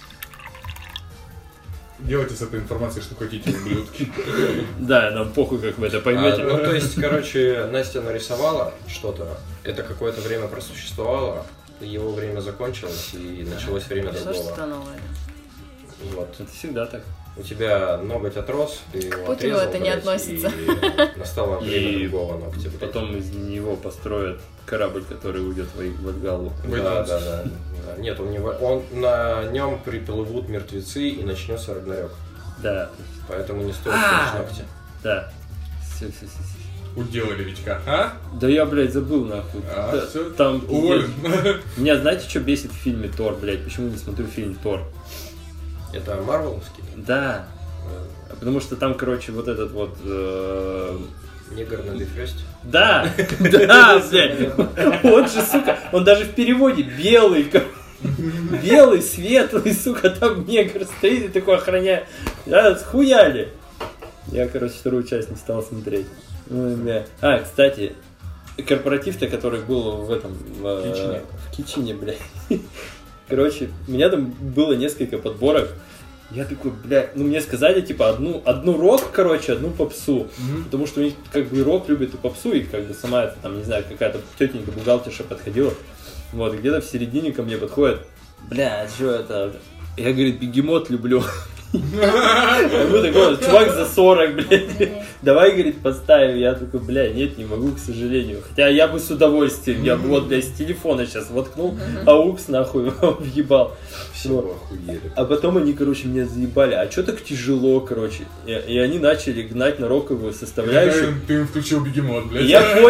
Делайте с этой информацией, что хотите, ублюдки. Да, нам похуй, как вы это поймете. Ну, то есть, короче, Настя нарисовала что-то, это какое-то время просуществовало, его время закончилось, и началось время Что другого. что-то новое. Вот. Это всегда так. У тебя ноготь отрос, ты его Путину отрезал, это не блядь, относится. и настало время И другого ногтя. блядь. потом из него построят корабль, который уйдет в Вальгаллу. Да. Нет, он на нем приплывут мертвецы и начнется Рагнарёк. Да, Поэтому не стоит стричь ногти. да. Все. Уделали Витька, а? Да я, блядь, забыл нахуй. А, Да, всё, там уволен. Меня знаете, что бесит в фильме Тор, блядь? Почему не смотрю фильм Тор? Это марвеловский? Да. Потому что там, короче, вот этот вот... Негр на дефесте? Да, блядь. Он же, сука, он даже в переводе белый, белый, светлый, сука, там негр стоит и такой охраняет. Да, схуяли. Я, короче, вторую часть не стал смотреть. Ой, бля. А, кстати, корпоратив-то, который был в этом... Китчене. В Китчене, блядь. Короче, у меня там было несколько подборок. Я такой, бля, мне сказали, типа, одну рок, короче, одну попсу. Потому что у них, как бы, и рок любит, и попсу, и, как бы, сама это, там, не знаю, какая-то тетенька, бухгалтерша подходила. Вот, где-то в середине ко мне подходит, бля, что это? Я, говорит, Бегемот люблю. Ему такой, чувак за 40, блядь. Давай, говорит, поставим. Я такой, бля, нет, не могу, к сожалению. Хотя я бы с удовольствием. Я бы вот, блядь, с телефона сейчас воткнул, аукс нахуй въебал. Все охуели. А потом они, короче, меня заебали. А чё так тяжело, короче? И они начали гнать на роковую составляющую. Ты им включил бегемот, блядь. И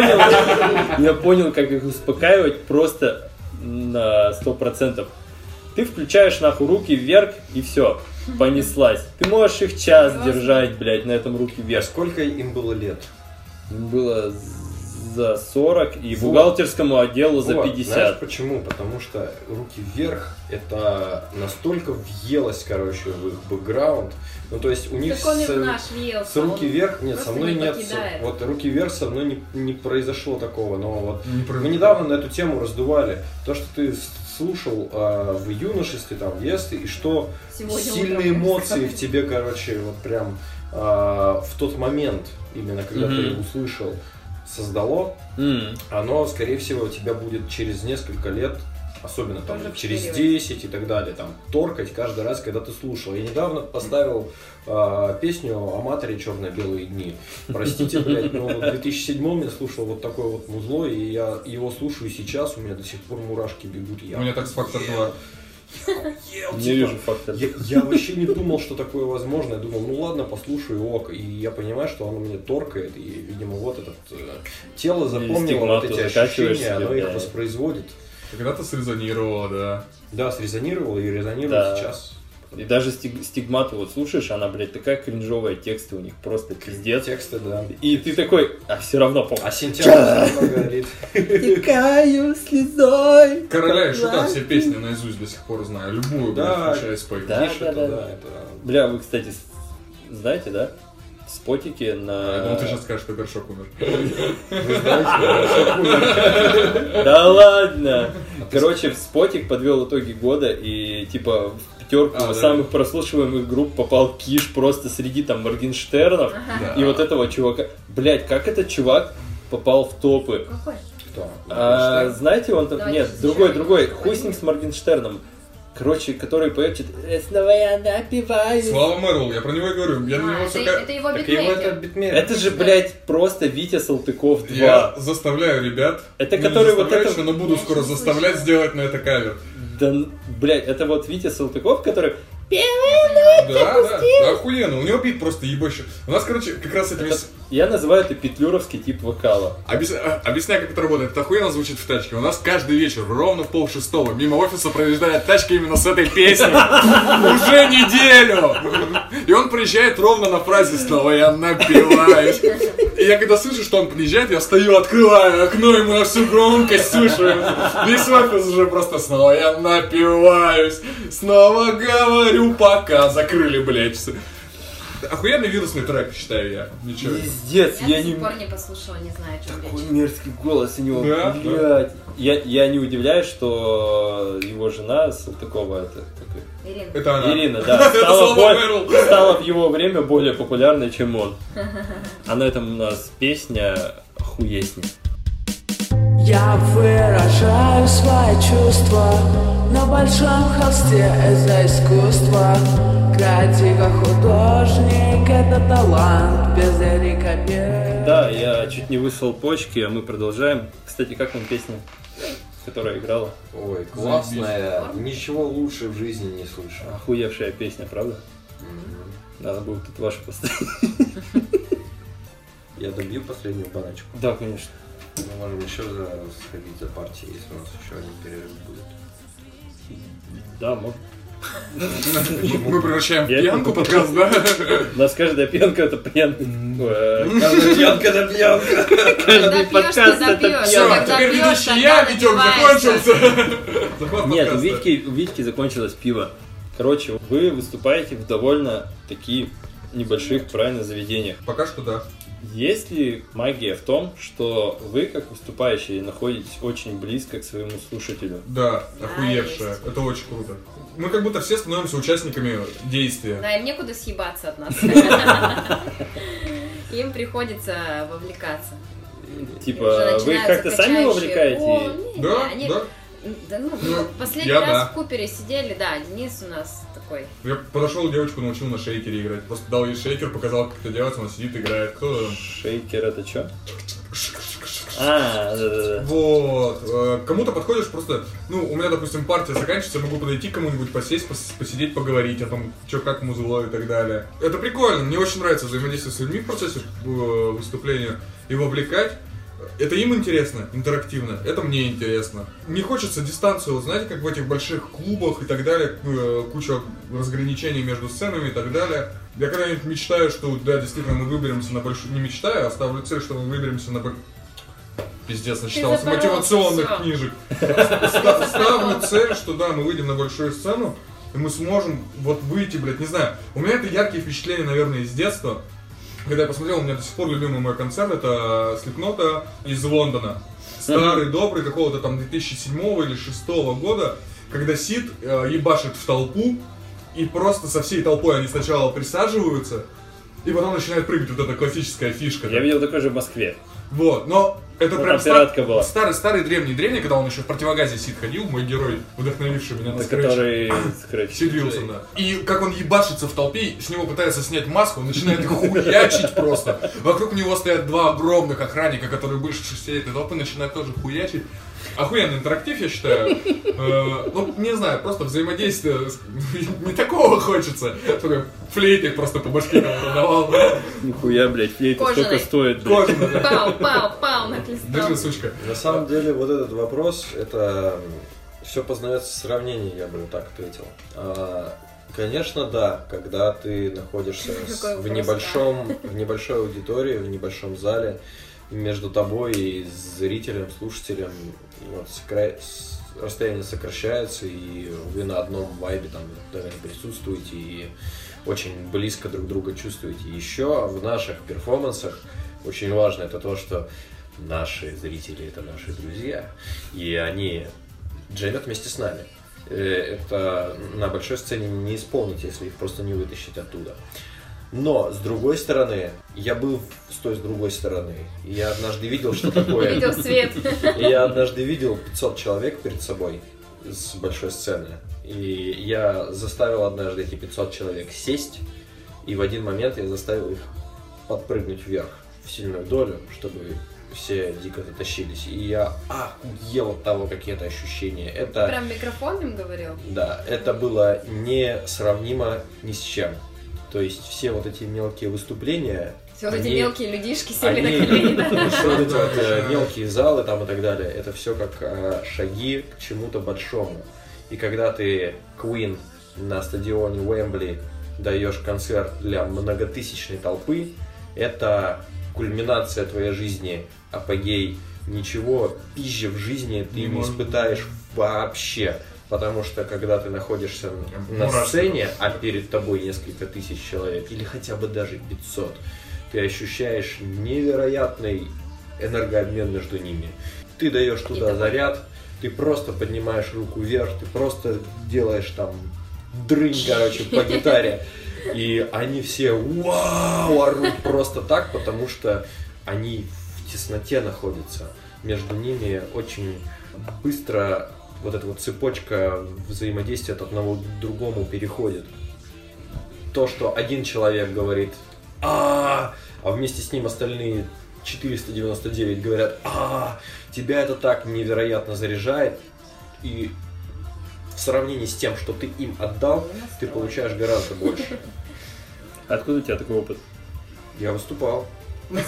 я понял, как их успокаивать просто на 100%. Ты включаешь нахуй руки вверх и все, понеслась. Ты можешь их час держать, блядь, на этом руки вверх. Сколько им было лет? Им было за 40 и бухгалтерскому отделу за 50. Знаешь почему? Потому что руки вверх это настолько въелось, короче, в их бэкграунд. Ну то есть у них Так он и в наш въелся, с руки он вверх, нет, со просто мной не нет. покидает. Вот руки вверх со мной не произошло такого. Но вот Не мы произошло. недавно на эту тему раздували. То, что ты слушал в юношестве, там, в детстве, и что Сегодня сильные утром. эмоции в тебе, короче, вот прям в тот момент, именно когда ты услышал, создало, оно, скорее всего, у тебя будет через несколько лет, особенно там Тоже через вширивать. 10 и так далее, там, торкать каждый раз, когда ты слушал. Я недавно поставил песню о матери «Черно-белые дни». Простите, блядь, но вот в 2007 я слушал вот такое вот музло, и я его слушаю сейчас, у меня до сих пор мурашки бегут. У меня так с «Фактор 2». Не вижу фактор. Я вообще не думал, что такое возможно. Я думал, ну ладно, послушаю, ок. И я понимаю, что оно мне торкает. И, видимо, вот это тело запомнило вот эти ощущения, оно их воспроизводит. Когда-то срезонировало, да. Да, срезонировало и резонирует Да. сейчас. И даже стигмату вот слушаешь, она, блядь, такая кринжовая, тексты у них просто пиздец. Тексты, да. И ты такой, а все равно помню. А сентябрь все равно говорит. Текаю слезой. «Короля и Шута» все песни наизусть до сих пор знаю. Любую, блядь, Да. включая спой. Да, Тише, да, это, да. да, это... Бля, вы, кстати, знаете, да? Спотики Я думал, на... ты сейчас скажешь, что Горшок умер. Вы знаете, Да ладно! Короче, в Спотик подвел итоги года, и типа в пятерку Да. самых прослушиваемых групп попал Киш просто среди там Моргенштернов и вот этого чувака. Блять, как этот чувак попал в топы? Какой? кто? Знаете, он там... Давайте Нет, сначала. другой. Хуй с ним с Моргенштерном. Короче, который поет, снова я напиваюсь. Слава Мэрлоу, я про него и говорю. Я на него Это, всякое- это его Так его это битмейкер. битмейкер. Это же, блядь, просто Витя Салтыков 2. Я заставляю ребят. Это не который вот заставляю это- еще, но буду Я скоро еще не заставлять слышала. сделать на это кавер. Да, блядь, это вот Витя Салтыков, который... Да, охуенно. У него бит просто ебощий. У нас, короче, как раз этими... Я называю это петлюровский тип вокала. Объясняю, как это работает. Это охуенно звучит в тачке. У нас каждый вечер, ровно в 5:30, мимо офиса проезжает тачка именно с этой песней. Уже неделю! И он приезжает ровно на фразе «Снова я напиваюсь». И я когда слышу, что он приезжает, я стою, открываю окно, и мы на всю громкость слушаем. Весь офис уже просто «Снова я напиваюсь». Снова говорю «пока». Закрыли, блядь. Охуенный вирусный трек, считаю я. Ничего. Пиздец, Я я до не... сих пор не послушала, не знаю, о чем Такой речь. мерзкий голос у него, Да, блядь. Я не удивляюсь, что его жена Салтыкова, это такой... Ирина. Это она. Ирина, да, Это стала, Слава Мэрл. стала в его время более популярной, чем он. А на этом у нас песня «Хуесни». Я выражаю свои чувства на большом холсте из-за искусства. Кради как художник, это талант без рекопировки. Да, я чуть не высыл почки, а мы продолжаем. Кстати, как вам песня, которая играла? Ой, классная. Ничего лучше в жизни не слышал. Охуевшая песня, правда? Надо будет тут вашу поставить. Я добью последнюю баночку. Да, конечно. Мы можем еще сходить за партией, если у нас еще один перерыв будет. Да, можно. Мы превращаем в Я- пьянку подкаст, да? У нас каждая пьянка это пьянка. Каждая пьянка это пьянка. Когда Каждый пьешь, подкаст тогда это пьешь. Все, Когда теперь пьешь, ведущий я, тогда Витек, напиваешься. закончился. Захват Нет, у подкаста. Витьки закончилось пиво. Короче, вы выступаете в довольно таких небольших, правильно, заведениях. Пока что да. Есть ли магия в том, что вы, как выступающие, находитесь очень близко к своему слушателю? Да, охуевшая. есть. Это очень круто. Мы как будто все становимся участниками действия. Да, им некуда съебаться от нас. Им приходится вовлекаться. Уже Типа, вы начинаются как-то сами качающие. вовлекаете? О, не, Да, они- да. Да, ну, Ну, последний я раз да. в Купере сидели, да, Денис у нас такой такой. Я подошел, девочку научил на шейкере играть. Просто дал ей шейкер, показал, как это делается, она сидит, играет. Кто там? Шейкер это что? Да. Вот. Кому-то подходишь просто, ну, у меня, допустим, партия заканчивается, я могу подойти к кому-нибудь, посесть, посидеть, поговорить о том, что, как музло и так далее. Это прикольно, мне очень нравится взаимодействие с людьми в процессе выступления и вовлекать. Это им интересно, интерактивно, это мне интересно. Не хочется дистанцию, вот знаете, как в этих больших клубах и так далее, куча разграничений между сценами и так далее. Я когда-нибудь мечтаю, что, да, действительно, мы выберемся на большую... Не мечтаю, а ставлю цель, что мы выберемся на... Пиздец, начитался мотивационных книжек. Ставлю цель, что, да, мы выйдем на большую сцену, и мы сможем вот выйти, блядь, не знаю. У меня это яркие впечатления, наверное, из детства. Когда я посмотрел, у меня до сих пор любимый мой концерт, это Слипнота из Лондона. Старый, добрый, какого-то там 2007 или 2006 года, когда Сид ебашит в толпу, и просто со всей толпой они сначала присаживаются, и потом начинает прыгать, вот эта классическая фишка. Я видел такой же в Москве. Вот, но это Ну, прям там пиратка была. старый, древний, когда он еще в противогазе Сид ходил, мой герой, вдохновивший меня на скретч. Который скретч. Сид Вилсон, да. И как он ебашится в толпе, с него пытается снять маску, он начинает хуячить просто. Вокруг него стоят два огромных охранника, которые больше всей этой толпы начинают тоже хуячить. Охуенный интерактив, я считаю. Ну, не знаю, просто взаимодействие не такого хочется. Только флейты просто по башке надавал. Нихуя, блядь, флейта Кожаный. сколько стоит, блядь. Кожаный, да. Пау, наклистал. Держи, сучка. На самом деле, вот этот вопрос, это все познается в сравнении, я бы так ответил. Конечно, да, когда ты находишься в небольшой аудитории, в небольшом зале, между тобой и зрителем, слушателем вот, расстояние сокращается, и вы на одном вайбе там присутствуете и очень близко друг друга чувствуете. Еще в наших перформансах очень важно это то, что наши зрители — это наши друзья, и они джемят вместе с нами. Это на большой сцене не исполнить, если их просто не вытащить оттуда. Но, с другой стороны, я был с той, с другой стороны. И я однажды видел, что такое... Видел свет. И я однажды видел 500 человек перед собой с большой сцены. И я заставил однажды эти 500 человек сесть. И в один момент я заставил их подпрыгнуть вверх в сильную долю, чтобы все дико затащились. И я охуел от того, какие это ощущения. Это... Прям микрофон им говорил? Да, это было несравнимо ни с чем. То есть все вот эти мелкие выступления... Все вот эти мелкие людишки сели на колени, да? Все вот эти вот мелкие залы там и так далее, это все как шаги к чему-то большому. И когда ты Queen на стадионе Уэмбли даешь концерт для многотысячной толпы, это кульминация твоей жизни, апогей. Ничего пизже в жизни ты не испытаешь вообще. Потому что, когда ты находишься на сцене, а перед тобой несколько тысяч человек, или хотя бы даже 500, ты ощущаешь невероятный энергообмен между ними. Ты даешь туда заряд, ты просто поднимаешь руку вверх, ты просто делаешь там дрынь, короче, по гитаре. И они все вау орут просто так, потому что они в тесноте находятся. Между ними очень быстро вот эта вот цепочка взаимодействия от одного к другому переходит. То, что один человек говорит а вместе с ним остальные 499 говорят тебя это так невероятно заряжает, и в сравнении с тем, что ты им отдал, ты получаешь гораздо больше. Откуда у тебя такой опыт? Я выступал. Бля,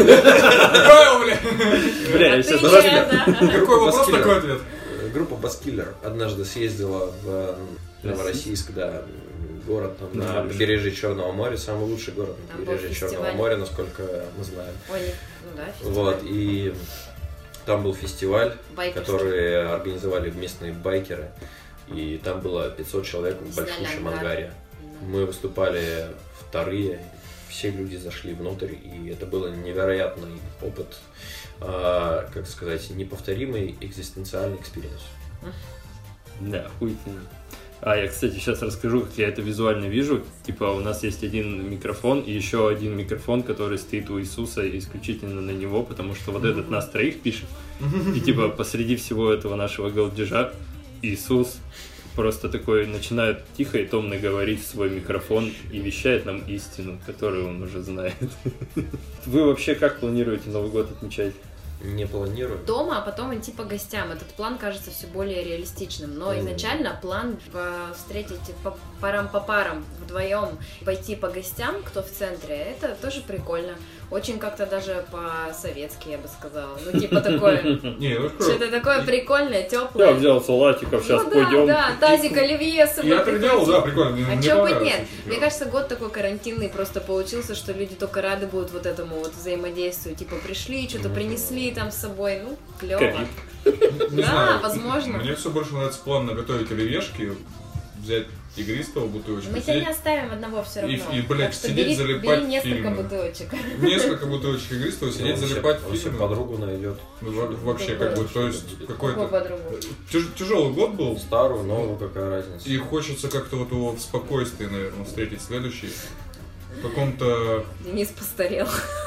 я сейчас... Какой вопрос, такой ответ. Группа Баскиллер однажды съездила в Новороссийск, да, город там, на побережье Черного моря, самый лучший город на побережье Черного моря, насколько мы знаем. Ой, ну да, фестиваль. Вот, и там был фестиваль, Байкерский. который организовали местные байкеры, и там было 500 человек в большущем ангаре. Мы выступали вторые, все люди зашли внутрь, и это был невероятный опыт, как сказать, неповторимый экзистенциальный экспириенс. Да, охуительно. Я, кстати, сейчас расскажу, как я это визуально вижу. Типа, у нас есть один микрофон и еще один микрофон, который стоит у Иисуса исключительно на него, потому что вот этот нас троих пишет. И типа, посреди всего этого нашего голдежа Иисус просто такой начинает тихо и томно говорить в свой микрофон и вещает нам истину, которую он уже знает. Вы вообще как планируете Новый год отмечать? Не планирую. Дома, а потом идти по гостям. Этот план кажется все более реалистичным. Но изначально план встретить по парам вдвоем, пойти по гостям, кто в центре, это тоже прикольно. Очень как-то даже по-советски, я бы сказала. Ну, типа такое... Что-то такое прикольное, теплое. Я взял салатиков, сейчас пойдем. Да, тазик оливье с собой. Я так делал, да, прикольно. А чё бы нет? Мне кажется, год такой карантинный просто получился, что люди только рады будут вот этому вот взаимодействию. Типа пришли, что-то принесли там с собой, ну, клево. Да, возможно. Мне все больше нравится план наготовить оливьешки, взять игристого бутылочку. Мы тебя не оставим одного все равно. И, блядь, сидеть залипать бери несколько фильмы. бутылочек. Несколько бутылочек игристого, сидеть залипать Он себе фильмы. подругу найдет. Вообще, как бы, то есть, какой-то... подругу? Тяжелый год был. Старую, новую, какая разница. И хочется как-то вот его в спокойствии, наверное, встретить следующий. В каком-то... Денис постарел.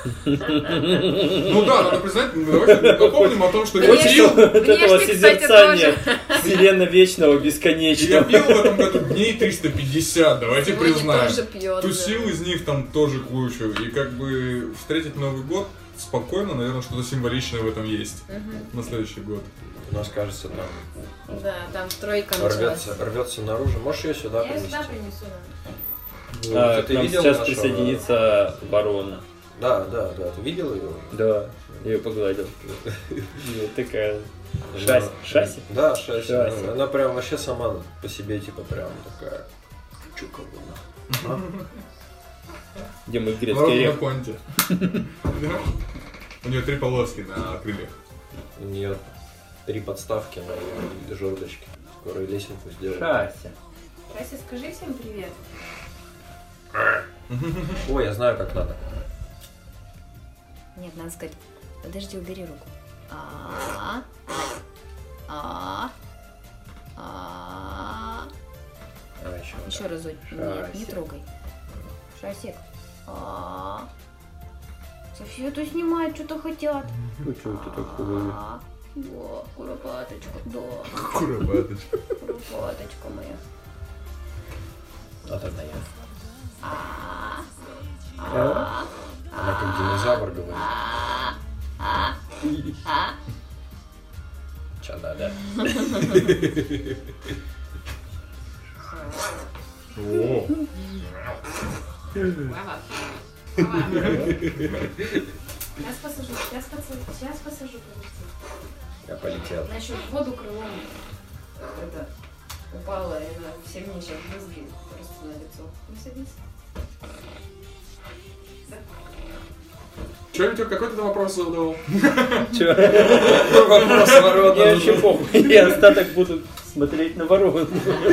Ну да, надо признать, давайте напомним о том, что я пил. Вот этого Внешне, кстати, созерцания вселенной вечного, Я бесконечного. пил в этом году дней 350, давайте Сегодня признаем. тоже пьет. Тусил из них там тоже кучу. И как бы встретить Новый год спокойно, наверное, что-то символичное в этом есть. На следующий год. У нас, кажется, там Да, там тройка началась. рвется наружу. Можешь ее сюда Я ее принести? сюда принесу. К Ты нам видел сейчас нашего- присоединится ворона. Да. Ты видел ее? Да, я ее погладил. Вот такая шасси. Да, шасси. Шасси. Она прям вообще сама по себе, типа, прям такая чуковая. Где мой грецкий Ворона на орех? понте. У нее 3 полоски на крыльях. У нее 3 подставки на ее жердочке. Скоро лесенку сделаем. Шасси. Кася, скажи всем привет. Ой, я знаю, как надо. Нет, надо сказать, подожди, убери руку. Давай еще. Еще разок. Нет, не трогай. Шасик. София это снимает, что-то хотят. Ну что это такое? Да, куропаточка, да. Куропаточка. Куропаточка моя. А тогда я. Она как динозавр говорит. Ча-да-да. О, Сейчас посажу, сейчас посажу, подожди. Я полетел. Она еще в воду крылом это упала, и она все мне сейчас брызги просто на лицо. Не садись. Че, Витек, какой ты там вопрос задал? Вопрос ворона. Я вообще похуй, я остаток буду смотреть на ворону.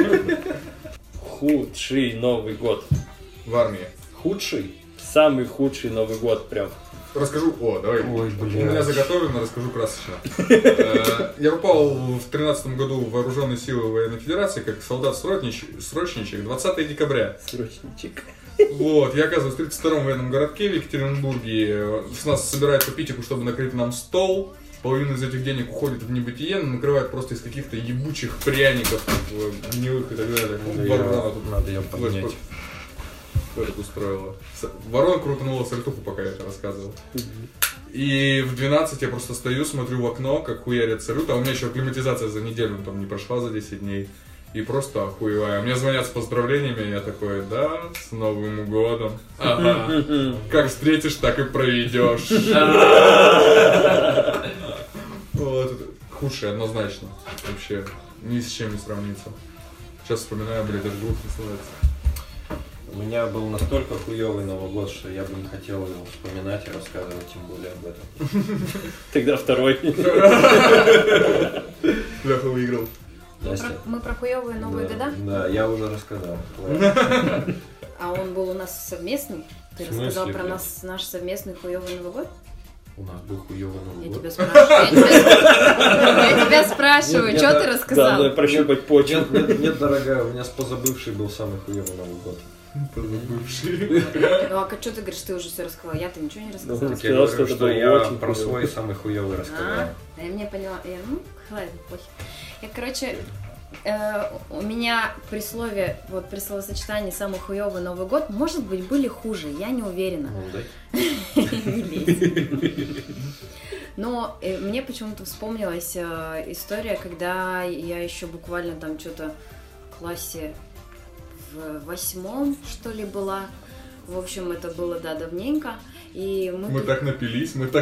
Худший Новый год. В армии. Худший? Самый худший Новый год прям. Расскажу, давай. Ой, У блин. меня заготовлено, расскажу красочно. Я попал в 13 году в Вооруженные силы Военной Федерации как солдат-срочничек 20 декабря. Срочничек. Вот, я оказываюсь в 32-м военном городке в Екатеринбурге. С нас собирают по питику, чтобы накрыть нам стол. Половина из этих денег уходит в небытие, но накрывают просто из каких-то ебучих пряников, гнилых и так далее. Ворона тут Надо ее поднять. Кто это устроила? Ворона крутанула сальтуху, пока я это рассказывал. И в 12 я просто стою, смотрю в окно, как хуярит салют, а у меня еще акклиматизация за неделю, там не прошла за 10 дней. И просто охуеваю. Мне звонят с поздравлениями, и я такой, да, с Новым годом. Ага. Как встретишь, так и проведешь. Вот, это худшее, однозначно. Вообще, ни с чем не сравнится. Сейчас вспоминаю, блядь, даже грустно становится. У меня был настолько хуёвый Новый год, что я бы не хотел его вспоминать и рассказывать, тем более об этом. Тогда второй. Леха выиграл. Настя. Мы про хуёвые Новые Да, года? Да, я уже рассказал. А он был у нас совместный? Ты В смысле, рассказал про блин? наш совместный хуёвый Новый год? У нас был хуёвый Новый Я год. тебя спрашиваю. Я тебя спрашиваю, Нет, что нет, ты Да, рассказал? надо прощупать почву. Нет, дорогая, у меня позабывший был самый хуёвый Новый год. Позабывший. Ну а что ты говоришь, ты уже все рассказал? Я-то ничего не рассказала. Ну, Так я сказал, говорю, что это что было я очень про хуёво. свой самый хуёвый рассказал. Я мне поняла. Ну, ладно, похер. Я, короче, у меня при словосочетании «самый хуёвый Новый год», может быть, были хуже, я не уверена. Не лезь. Но мне почему-то вспомнилась история, когда я еще буквально там что-то в классе в 8, что ли, была. В общем, это было, да, давненько. И Мы так напились. мы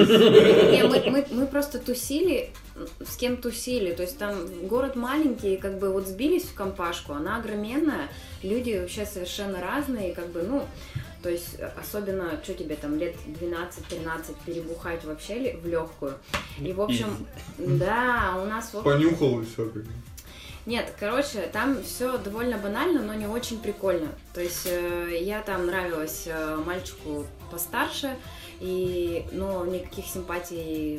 просто тусили, с кем тусили. То есть там город маленький, как бы вот сбились в компашку, она огроменная, люди вообще совершенно разные, как бы, ну, то есть особенно, что тебе там, лет 12-13 перебухать вообще в легкую. И, в общем, да, у нас... Понюхал и все. Нет, короче, там все довольно банально, но не очень прикольно. То есть я там нравилась мальчику постарше, но никаких симпатий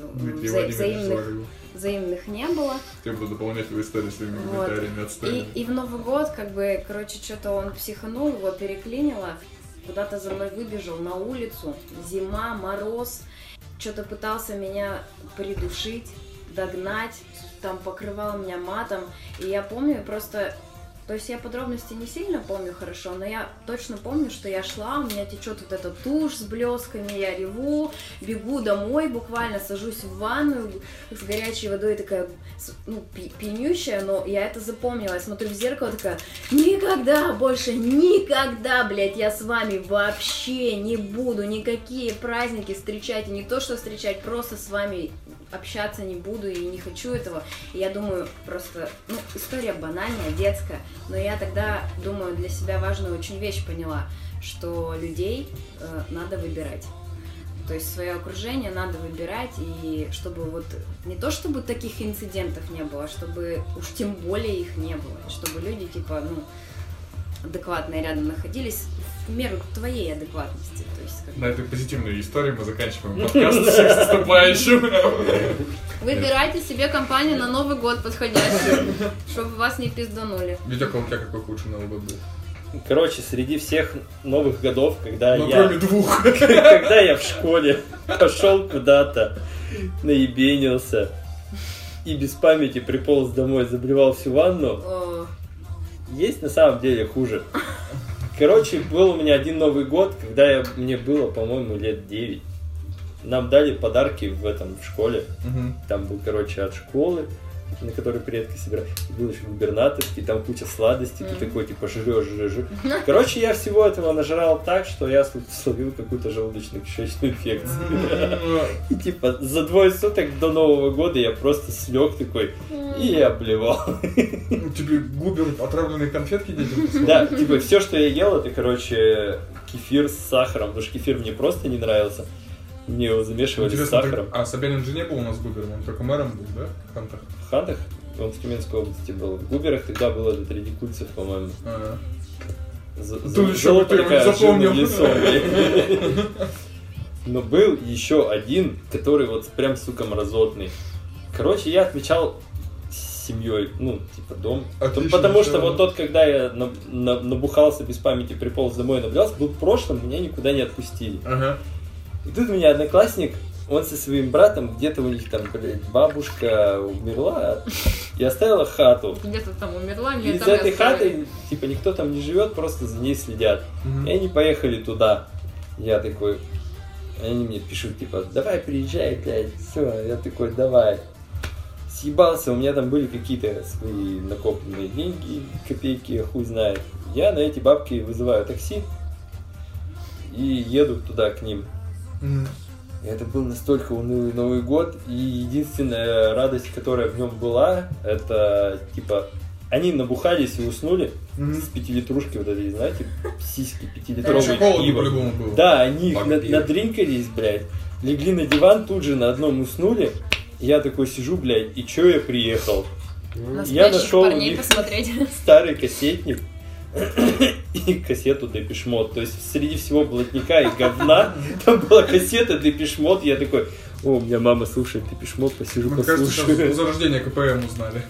взаимных не было. Я буду дополнять твою историю своими комментариями, отставить. И в Новый год, как бы, короче, что-то он психанул, его переклинило, куда-то за мной выбежал на улицу, зима, мороз, что-то пытался меня придушить, догнать, там покрывал меня матом, и я помню просто, то есть я подробности не сильно помню хорошо, но я точно помню, что я шла, у меня течет вот эта тушь с блесками, я реву, бегу домой, буквально сажусь в ванную с горячей водой, такая, ну, пьянющая, но я это запомнила, я смотрю в зеркало, такая, никогда больше, никогда, блядь, я с вами вообще не буду никакие праздники встречать, и не то, что встречать, просто с вами общаться не буду и не хочу этого. И я думаю, просто, ну, история банальная, детская, но я тогда, думаю, для себя важную очень вещь поняла, что людей надо выбирать. То есть свое окружение надо выбирать, и чтобы вот не то, чтобы таких инцидентов не было, а чтобы уж тем более их не было, чтобы люди, типа, ну, адекватные рядом находились в меру твоей адекватности. То есть, на этой позитивной истории мы заканчиваем подкаст. Всех с наступающим. Выбирайте себе компанию на Новый год подходящую, чтобы вас не пизданули. Витёк, а у тебя какой худший Новый год был? Короче, среди всех новых годов, когда кроме двух. Когда я в школе пошел куда-то, наебенился и без памяти приполз домой, заблевал всю ванну, есть на самом деле хуже. Короче, был у меня один Новый год, когда мне было, по-моему, лет 9. Нам дали подарки в школе. Там был, короче, от школы, на которой предки собирали. Был еще губернаторский, там куча сладостей, ты такой, типа, жрешь. Короче, я всего этого нажрал так, что я словил какую-то желудочно-кишечную инфекцию. И, типа, за 2 суток до Нового года я просто слег такой и обливал. Тебе губер отравленные конфетки детям? Да, типа, все, что я ел, это, короче, кефир с сахаром, потому что кефир мне просто не нравился. Мне его замешивали с сахаром. А Собянин же не был у нас губером, он только мэром был, да? В Хантах? В Хантах? Он в Тюменской области был. В Губерах тогда было до 3 кульцев, по-моему. Тут еще ты его не запомнил. Но был еще один, который вот прям, сука, мразотный. Короче, я отмечал с семьей, ну, типа, дом. Отлично, потому что вот тот, когда я набухался без памяти, приполз домой и наблюдался, был в прошлом, меня никуда не отпустили. И тут у меня одноклассник, он со своим братом, где-то у них там, блядь, бабушка умерла и оставила хату. Где-то там умерла, и из этой хаты, типа, никто там не живет, просто за ней следят. И они поехали туда. Я такой, они мне пишут, типа, давай приезжай, блядь, все. Я такой, давай. Съебался, у меня там были какие-то свои накопленные деньги, копейки, хуй знает. Я на эти бабки вызываю такси и еду туда к ним. Это был настолько унылый Новый год, и единственная радость, которая в нем была, это, типа, они набухались и уснули с 5-литрушки вот этой, знаете, сиськи 5-литровые пиво. Да, они надринкались, блядь, легли на диван, тут же на одном уснули. Я такой сижу, блядь, и чё я приехал? Я нашел у них старый кассетник и кассету Депеш Мод. То есть среди всего блатника и говна там была кассета Депеш Мод. Я такой, о, у меня мама слушает Депеш Мод, посижу, послушаю. Кажется, за рождение КПМ узнали.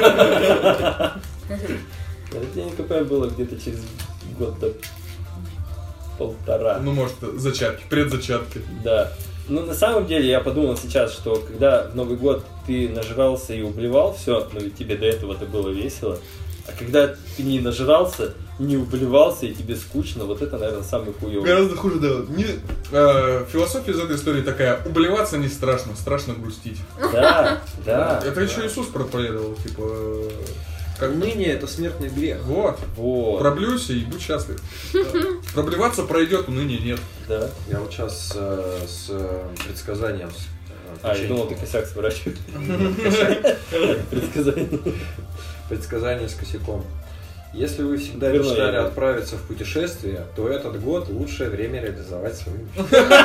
Рождение КПМ было где-то через год до 1,5. Ну, может, зачатки, предзачатки. Да. Ну, на самом деле, я подумал сейчас, что когда в Новый год ты нажрался и ублевал, все, но ведь тебе до этого-то было весело. А когда ты не нажрался, не ублевался и тебе скучно, вот это, наверное, самый хуёвый. Гораздо хуже, философия из этой истории такая: уболеваться не страшно, страшно грустить. Да, да. Это еще Иисус проповедовал, типа... Как Уныние — это смертный грех. Вот. Вот. Проблюйся и будь счастлив. Проблеваться пройдет, уныния нет. Да. Я вот сейчас с предсказанием... Я думал, ты косяк сворачиваешь. Предсказание. Предсказание с косяком. Если вы всегда Верно, мечтали я- отправиться в путешествие, то этот год лучшее время реализовать свою мечту.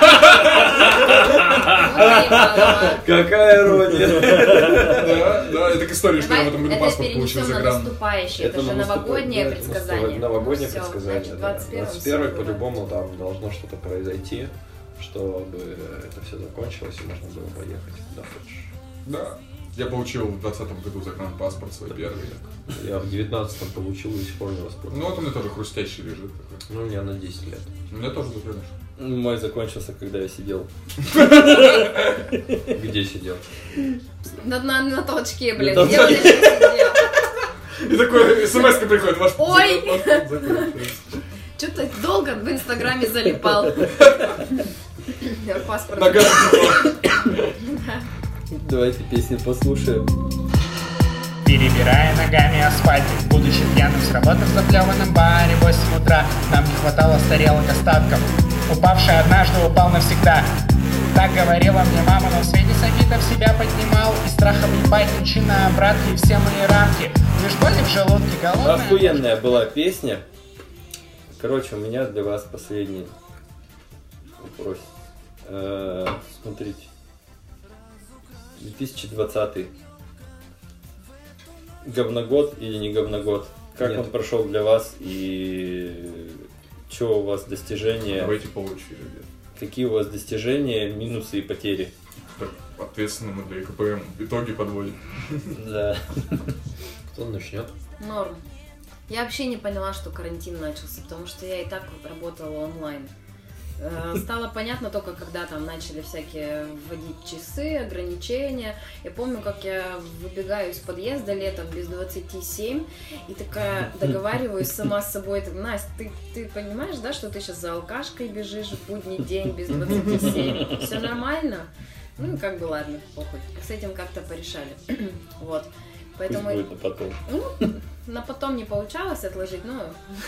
Какая ирония! Да, это к истории, что я в этом году Это паспорт получил перенесем за на гран. наступающее. Это же новогоднее предсказание. Новогоднее Ну, всё, предсказание, значит, да. 21-м 21-й всё, по-любому там должно что-то произойти, чтобы это все закончилось и можно было поехать куда хочешь. Да. Я получил в 2020 году загранпаспорт свой первый. Я в 19-м получил и до сих пор не воспользовался. Ну вот у меня тоже хрустящий лежит такой. Ну, у меня на 10 лет. У меня тоже загранишь. Мой закончился, когда я сидел. Где сидел? На толчке, блин. На Где он еще сидел? И такой смс-ка приходит, ваш Ой! паспорт закончился. Что-то долго в Инстаграме залипал. Паспорт. Нога. Давайте песню послушаем. Перебирая ногами асфальт, будучи пьяным с работы в заплеванном баре 8 утра, нам не хватало тарелок остатков. Упавший однажды упал навсегда. Так говорила мне мама, но в свете самитов себя поднимал. И страхом ебать на обратки все мои рамки. Лишь боли в желудке, голодная. Охуенная была песня. Короче, у меня для вас последний вопрос. Смотрите. 2020. Говногод или не говногод? Как Нет. он прошел для вас и что у вас достижения? Давайте по очереди. Какие у вас достижения, минусы и потери? Так, ответственно мы для ЭКПМ итоги подводим. Да. Кто начнет? Норм. Я вообще не поняла, что карантин начался, потому что я и так работала онлайн. Стало понятно только, когда там начали всякие вводить часы, ограничения. Я помню, как я выбегаю из подъезда летом без 27 и такая договариваюсь сама с собой. Так, Настя, ты понимаешь, да, что ты сейчас за алкашкой бежишь в будний день без 27? Все нормально? Ну, как бы ладно, похуй. С этим как-то порешали. Вот. Пусть Поэтому будет на потом. на потом не получалось отложить, но...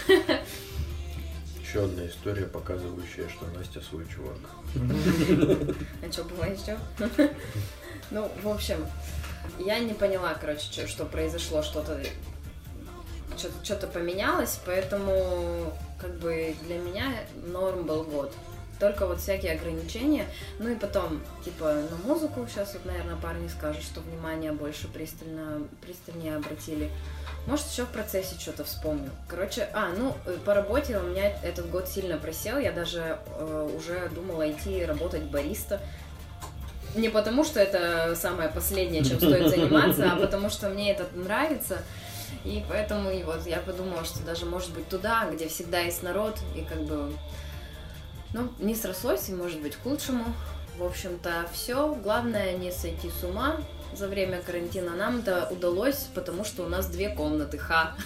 Еще одна история, показывающая, что Настя свой чувак. А что было еще? Ну, в общем, я не поняла, короче, что произошло, что-то поменялось, поэтому, как бы, для меня норм был год. Только вот всякие ограничения. Ну и потом, типа, на музыку сейчас вот, наверное, парни скажут, что внимание больше пристальнее обратили. Может, еще в процессе что-то вспомню. Короче, по работе у меня этот год сильно просел. Я даже уже думала идти работать бариста. Не потому, что это самое последнее, чем стоит заниматься, а потому, что мне это нравится. И поэтому и вот я подумала, что даже, может быть, туда, где всегда есть народ, и как бы... Ну, не срослось, и, может быть, к лучшему. В общем-то, все. Главное не сойти с ума за время карантина. Нам это удалось, потому что у нас 2 комнаты.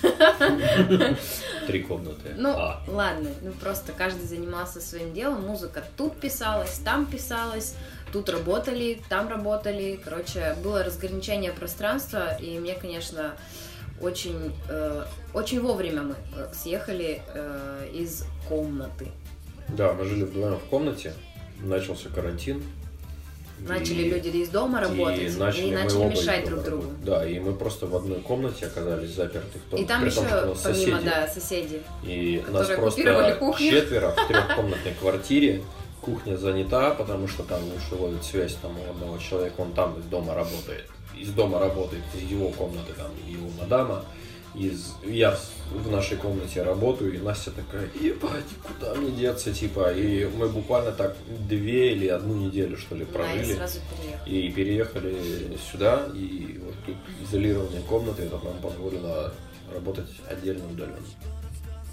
3 комнаты. Ну, ладно. Ну, просто каждый занимался своим делом. Музыка тут писалась, там писалась. Тут работали, там работали. Короче, было разграничение пространства. И мне, конечно, очень вовремя мы съехали из комнаты. Да, мы жили вдвоем в комнате, начался карантин. Начали люди из дома работать и начали мешать друг другу. Да, и мы просто в одной комнате оказались заперты. И там при том, что у еще, нас помимо, соседи. соседи. И нас которые оккупировали просто кухню. 4 в 3-комнатной квартире. Кухня занята, потому что там лучше ловит связь там у одного человека, он там из дома работает. Из дома работает, из его комнаты там его мадама. Я в нашей комнате работаю, и Настя такая: ебать, куда мне деться, типа. И мы буквально так 2 или 1 неделю, что ли, прожили. Да, и сразу переехали. И переехали сюда, и вот тут изолированные комнаты, это нам позволило работать отдельно удаленно.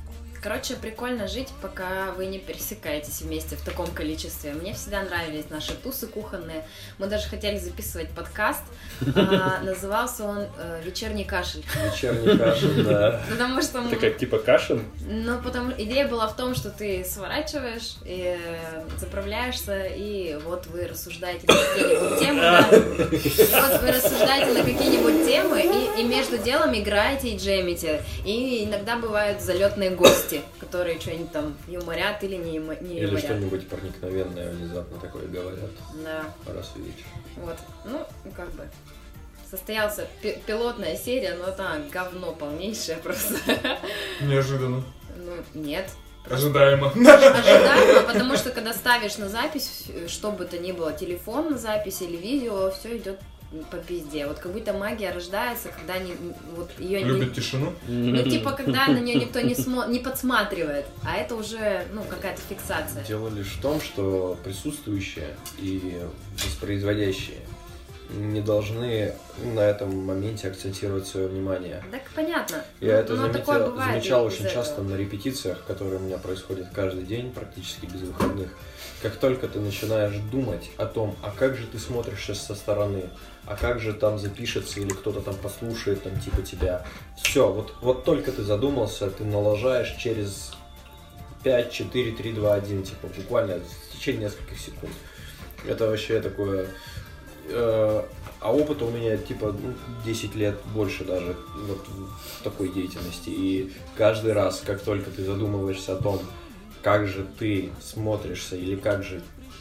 Короче, прикольно жить, пока вы не пересекаетесь вместе в таком количестве. Мне всегда нравились наши тусы кухонные. Мы даже хотели записывать подкаст. Назывался он «Вечерний кашель». Вечерний кашель, да. Потому что... Это как типа кашин? Ну, потому идея была в том, что ты сворачиваешь, и заправляешься, и вот вы рассуждаете на какие-нибудь темы, да? Вот вы рассуждаете на какие-нибудь темы, и между делом играете и джемите. И иногда бывают залетные гости, которые что-нибудь там юморят или не юморят. Или что-нибудь проникновенное внезапно такое говорят. Да. Раз в вечер. Вот. Ну, как бы... Состоялся пилотная серия, но это говно полнейшее просто. Неожиданно. Ну, нет. Ожидаемо. Ожидаемо, потому что когда ставишь на запись, что бы то ни было, телефон на запись или видео, все идет по пизде. Вот как будто магия рождается, когда вот ее Любит тишину? Ну, типа, когда на нее никто не подсматривает, а это уже, ну, какая-то фиксация. Дело лишь в том, что присутствующие и воспроизводящие не должны на этом моменте акцентировать свое внимание. Так понятно. Я это такое бывает замечал из очень этого. часто на репетициях, которые у меня происходят каждый день, практически без выходных. Как только ты начинаешь думать о том, а как же ты смотришь сейчас со стороны, а как же там запишется или кто-то там послушает там типа тебя. Все, вот только ты задумался, ты налажаешь через 5, 4, 3, 2, 1, типа буквально в течение нескольких секунд. Это вообще такое... А опыта у меня типа 10 лет больше даже вот в такой деятельности. И каждый раз, как только ты задумываешься о том, как же ты смотришься или как же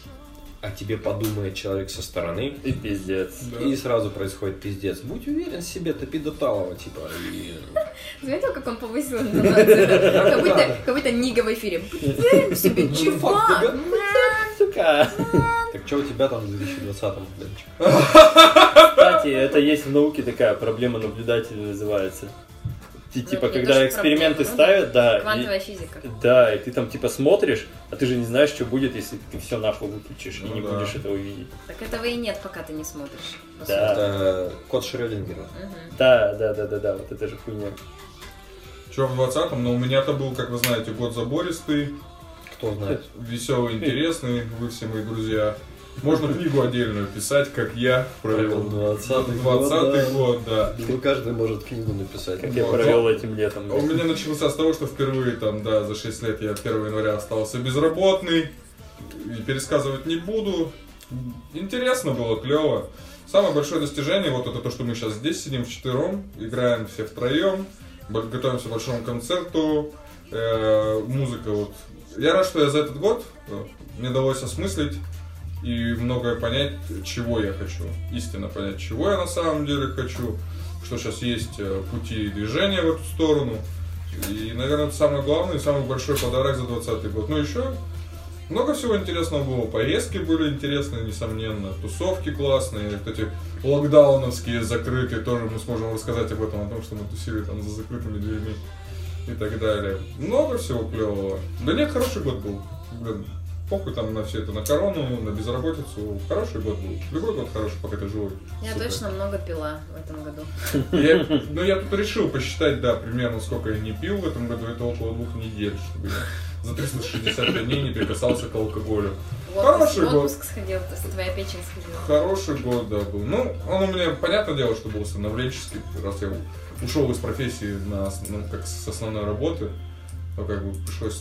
о тебе подумает человек со стороны, И пиздец. Да. и сразу происходит пиздец. Будь уверен в себе, топи до талого, типа. И... Заметил, как он повысил интонацию? Как будто Нига в эфире. Будь уверен в себе, чувак! Сука. Так что у тебя там в 2020-м, Денчик? Кстати, это есть в науке такая проблема наблюдателя называется. Типа, не то, когда что эксперименты проблема, ставят, да. Квантовая физика. Да, и ты там типа смотришь, а ты же не знаешь, что будет, если ты все нахуй выключишь и Ну не да. будешь этого видеть. Так этого и нет, пока ты не смотришь. по Да. сути. Это код Шрёдингера. Мгм. Да, вот это же хуйня. Че в 20-м? Но у меня-то был, как вы знаете, год забористый, Кто знает. веселый, интересный. Вы все мои друзья. Можно книгу отдельную писать, как я провел 20-й год, да. Ну, каждый может книгу написать. Как я Вот. провел этим летом. У меня начался с того, что впервые там, да, за 6 лет я 1 января остался безработный. И пересказывать не буду. Интересно было, клево. Самое большое достижение, вот это то, что мы сейчас здесь сидим вчетвером, играем все втроем, готовимся к большому концерту, музыка вот. Я рад, что я за этот год мне удалось осмыслить и многое понять, чего я хочу. Истинно понять, чего я на самом деле хочу, что сейчас есть пути движения в эту сторону. И, наверное, это самое главное и самый большой подарок за 2020 год. Ну, еще много всего интересного было. Поездки были интересные, несомненно. Тусовки классные. Вот эти локдауновские, закрытые. Тоже мы сможем рассказать об этом, о том, что мы тусили там за закрытыми дверьми и так далее. Много всего клевого. Да нет, хороший год был. Блин, похуй там на все это, на корону, на безработицу. Хороший год был. Любой год хороший, пока ты живой. Я Супер. точно много пила в этом году. Я тут решил посчитать, да, примерно сколько я не пил в этом году. Это около 2 недель, чтобы я за 365 дней не прикасался к алкоголю. Хороший В год. отпуск сходил, то есть твоя печень сходила. Хороший год, да, был. Ну, он у меня, понятное дело, что был становленческий, раз я ушел из профессии как с основной работы, то как бы пришлось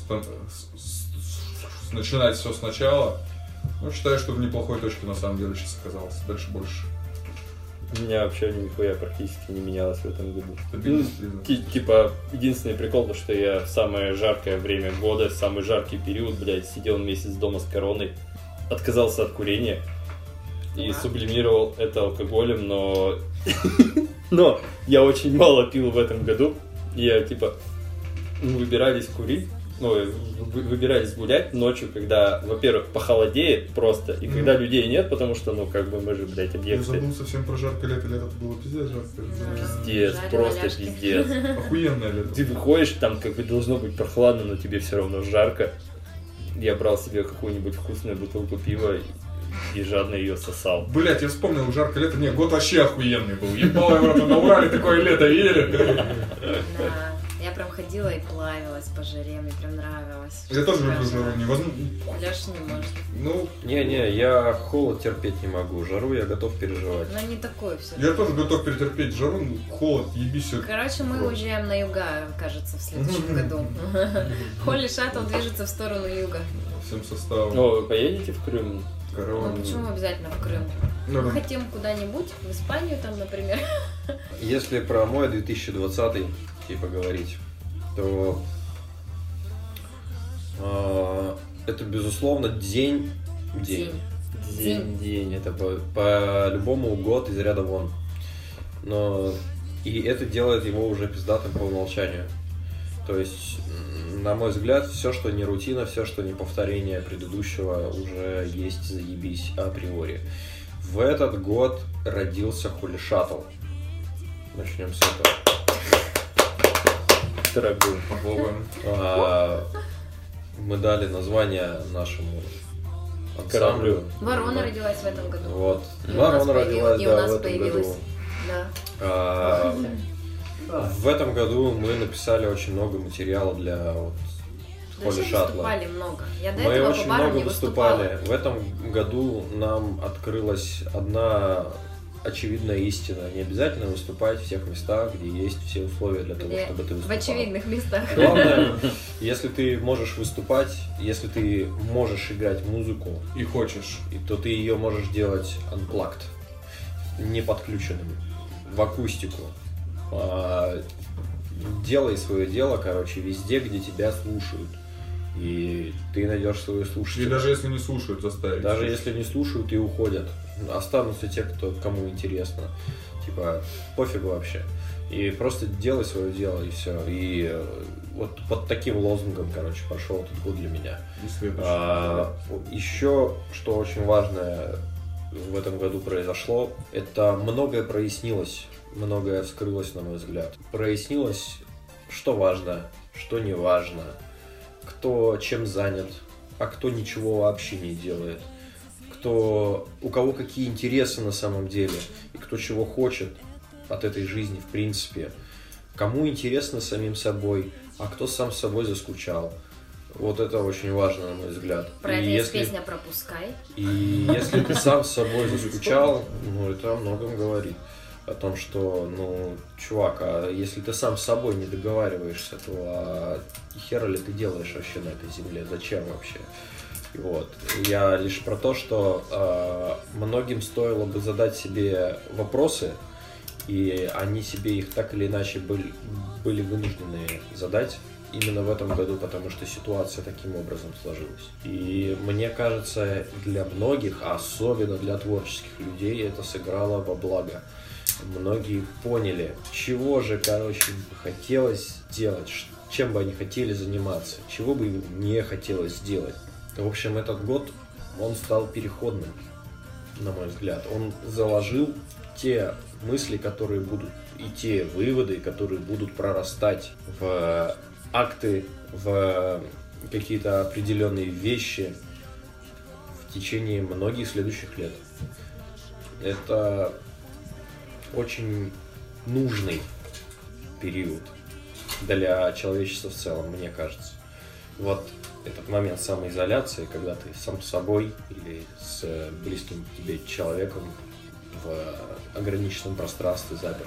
начинать все сначала. Ну, считаю, что в неплохой точке на самом деле сейчас оказался. Дальше больше. У меня вообще нихуя практически не менялось в этом году. Стабильность, бизнес. Типа, единственный прикол, то, что я в самое жаркое время года, в самый жаркий период, блядь, сидел месяц дома с короной, отказался от курения и Да. сублимировал это алкоголем, но... Но я очень мало пил в этом году. Я, типа, выбирались курить, выбирались гулять ночью, когда, во-первых, похолодеет просто, и когда людей нет, потому что, ну, как бы мы же, блядь, Я объекты. забыл совсем про жаркое лето. Лето было пиздец жаркое. Пиздец, Жареные просто ляжки. пиздец. Охуенное лето. Ты выходишь, там как бы должно быть прохладно, но тебе все равно жарко. Я брал себе какую-нибудь вкусную бутылку пива и жадно ее сосал. Блять, я вспомнил жаркое лето. Не, год вообще охуенный был. Ебало его на Урале такое лето, видели? Да. Я прям ходила и плавилась по жаре, мне прям нравилось. Я тоже люблю жару, невозможно. Леша не может. Ну, Не-не, я холод терпеть не могу, жару я готов переживать. Но не такое все. я тоже готов перетерпеть жару, холод, ебись. Короче, мы уезжаем на юга, кажется, в следующем году. Холли Шаттл движется в сторону юга. Всем составом. О, вы поедете в Крым? Ну почему обязательно в Крым? Мы хотим куда-нибудь, в Испанию там, например. Если про мой 2020 типа говорить, то это безусловно день. Это по-любому год из ряда вон. Но и это делает его уже пиздатым по умолчанию. То есть, на мой взгляд, все, что не рутина, все, что не повторение предыдущего, уже есть заебись априори. В этот год родился Холли Шаттл. Начнем с этого. Дорогой. Похлопаем. Мы дали название нашему ансамблю. Ворона родилась в этом году. Вот. И у Ворона нас родилась, и у да, нас в этом появилась. году. Да. В этом году мы написали очень много материала для вот Холли Вообще Шаттла. выступали много. Я до Мы этого очень по барам много не выступала. выступали. В этом году нам открылась одна очевидная истина. Не обязательно выступать в тех местах, где есть все условия для того, Где? чтобы ты В выступал. очевидных местах. Главное, если ты можешь выступать, если ты можешь играть музыку, И хочешь. то ты ее можешь делать unplugged, не подключенным, в акустику. Делай свое дело, короче, везде, где тебя слушают. И ты найдешь свою слушателя. И даже если не слушают, заставить. Даже если не слушают и уходят. Останутся те, кому интересно. Типа, пофигу вообще. И просто делай свое дело, и все. И вот под таким лозунгом, короче, прошел этот год для меня. И следующий. Еще, что очень важное в этом году произошло, это многое прояснилось, многое вскрылось, на мой взгляд. Прояснилось, что важно, что не важно, кто чем занят, а кто ничего вообще не делает, у кого какие интересы на самом деле, и кто чего хочет от этой жизни в принципе, кому интересно самим собой, а кто сам с собой заскучал. Вот это очень важно, на мой взгляд. Про это есть песня «Пропускай». И если ты сам с собой заскучал, ну это о многом говорит. О том, что, ну, чувак, а если ты сам с собой не договариваешься, то хера ли ты делаешь вообще на этой земле? Зачем вообще? И вот. Я лишь про то, что многим стоило бы задать себе вопросы, и они себе их так или иначе были вынуждены задать именно в этом году, потому что ситуация таким образом сложилась. И мне кажется, для многих, особенно для творческих людей, это сыграло во благо. Многие поняли, чего же, короче, хотелось делать, чем бы они хотели заниматься, чего бы им не хотелось сделать. В общем, этот год, он стал переходным, на мой взгляд. Он заложил те мысли, которые будут, и те выводы, которые будут прорастать в акты, в какие-то определенные вещи в течение многих следующих лет. Это очень нужный период для человечества в целом, мне кажется. Вот этот момент самоизоляции, когда ты сам с собой или с близким тебе человеком в ограниченном пространстве заперт.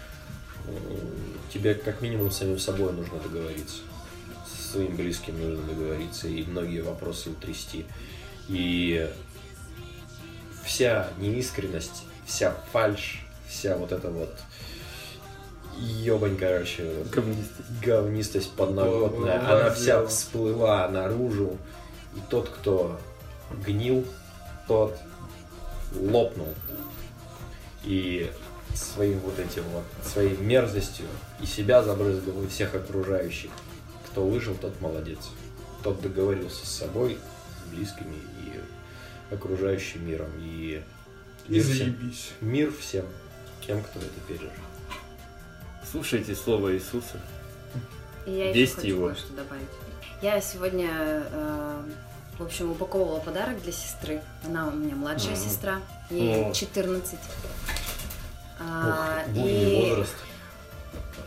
Тебе как минимум с самим собой нужно договориться, со своим близким нужно договориться и многие вопросы утрясти. И вся неискренность, вся фальшь, вся вот эта вот ебань, короче, говнистость подноготная, она вся всплыла наружу, и тот, кто гнил, тот лопнул. И своим вот этим вот, своей мерзостью и себя забрызгал, и всех окружающих. Кто выжил, тот молодец. Тот договорился с собой, с близкими и окружающим миром. И заебись. Мир всем, тем, кто это пережил. Слушайте слово Иисуса. И я еще Вести хочу его. кое-что добавить. Я сегодня, в общем, упаковывала подарок для сестры. Она у меня младшая сестра, ей 14. Бурный возраст.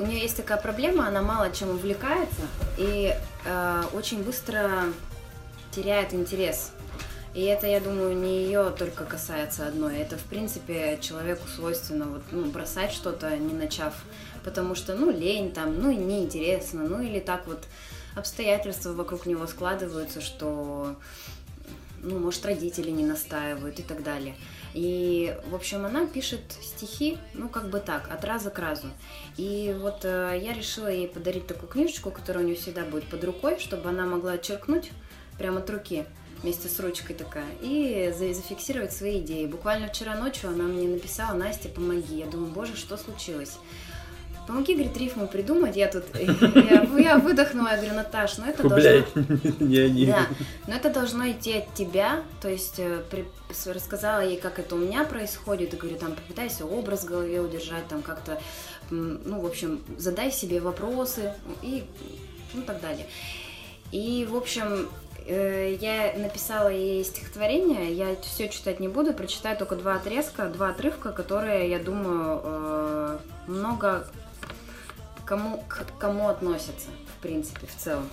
у нее есть такая проблема, она мало чем увлекается и очень быстро теряет интерес. И это, я думаю, не ее только касается одной. Это, в принципе, человеку свойственно вот, бросать что-то, не начав. Потому что, лень там, и неинтересно, или так вот обстоятельства вокруг него складываются, что, может, родители не настаивают и так далее. И, в общем, она пишет стихи, как бы так, от раза к разу. И вот я решила ей подарить такую книжечку, которая у нее всегда будет под рукой, чтобы она могла черкнуть прямо от руки, вместе с ручкой такая, и зафиксировать свои идеи. Буквально вчера ночью она мне написала: Настя, помоги. Я думаю, боже, что случилось? Помоги, говорит, рифму придумать. Я выдохнула, я говорю: Наташ, это должно... не они. Да, но это должно идти от тебя, то есть рассказала ей, как это у меня происходит, и говорю, там, попытайся образ в голове удержать, там, как-то, в общем, задай себе вопросы, и так далее. И, в общем, я написала ей стихотворение, я все читать не буду, прочитаю только два отрывка, которые, я думаю, много к кому относятся, в принципе, в целом.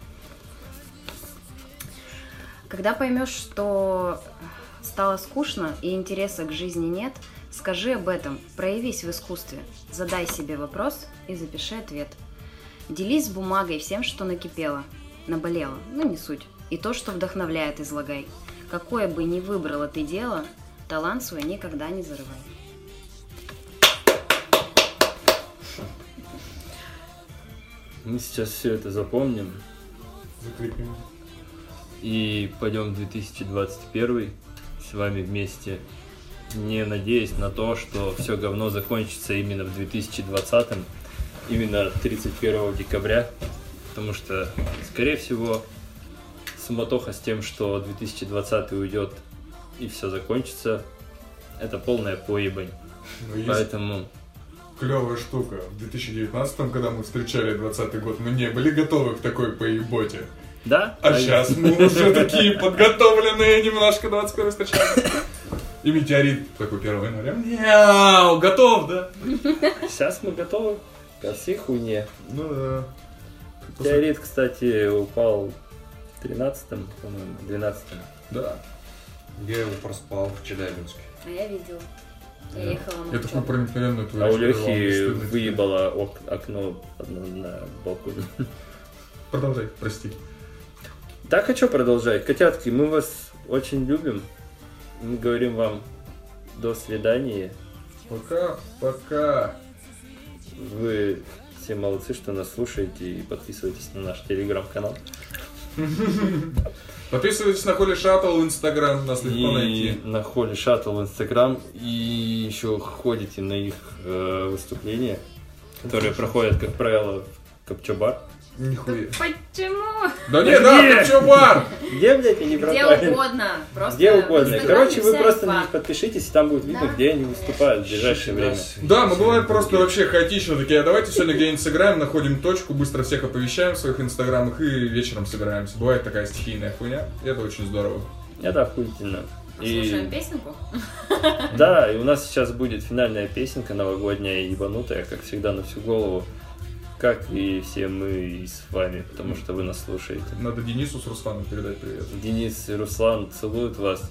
Когда поймешь, что стало скучно и интереса к жизни нет, скажи об этом, проявись в искусстве, задай себе вопрос и запиши ответ. Делись с бумагой всем, что накипело, наболело, не суть. И то, что вдохновляет, излагай. Какое бы ни выбрала ты дело, талант свой никогда не зарывай. Мы сейчас все это запомним. Закрепим. И пойдем в 2021 с вами вместе, не надеясь на то, что все говно закончится именно в 2020, именно 31 декабря, потому что, скорее всего, суматоха с тем, что 2020 уйдет и все закончится, это полная поебань. Поэтому... Клевая штука. В 2019, когда мы встречали 2020 год, мы не были готовы к такой поеботе. Да? А сейчас мы уже такие подготовленные немножко 21 встречаем. И метеорит такой 1 января. Мяу, готов, да? Сейчас мы готовы ко всей хуйне. Ну да. Метеорит, кстати, упал в 13-м, по-моему, 12-м. Да. Я его проспал в Челябинске. А я видела. Я ехала на Я такую проникновенную твою А у историю вам не Лехи стыдно теперь. выебало окно на балконе. Продолжай, прости. Так, а что продолжать? Котятки, мы вас очень любим. Мы говорим вам до свидания. Пока. Вы все молодцы, что нас слушаете, и подписывайтесь на наш телеграм-канал. Подписывайтесь на Holy Shuttle в Инстаграм, нас легко И найти. на Holy Shuttle в Инстаграм. И еще ходите на их выступления, которые проходят, как правило, в Копчо-бар. Нихуя. Почему? Да не, да, ты чё, бар? Где, блядь, они Где пропали? угодно. Просто Где в угодно. Инстаграме Короче, вы вся просто инфа. на них подпишитесь, и там будет видно, Да. где они выступают в ближайшее время. Да, мы бывает просто вообще хаотично такие, а давайте сегодня где-нибудь сыграем, находим точку, быстро всех оповещаем в своих инстаграмах и вечером собираемся. Бывает такая стихийная хуйня, и это очень здорово. Это охуительно. Слушаем песенку? Да, и у нас сейчас будет финальная песенка новогодняя, ебанутая, как всегда, на всю голову. Как и все мы с вами, потому что вы нас слушаете. Надо Денису с Русланом передать привет. Денис и Руслан целуют вас,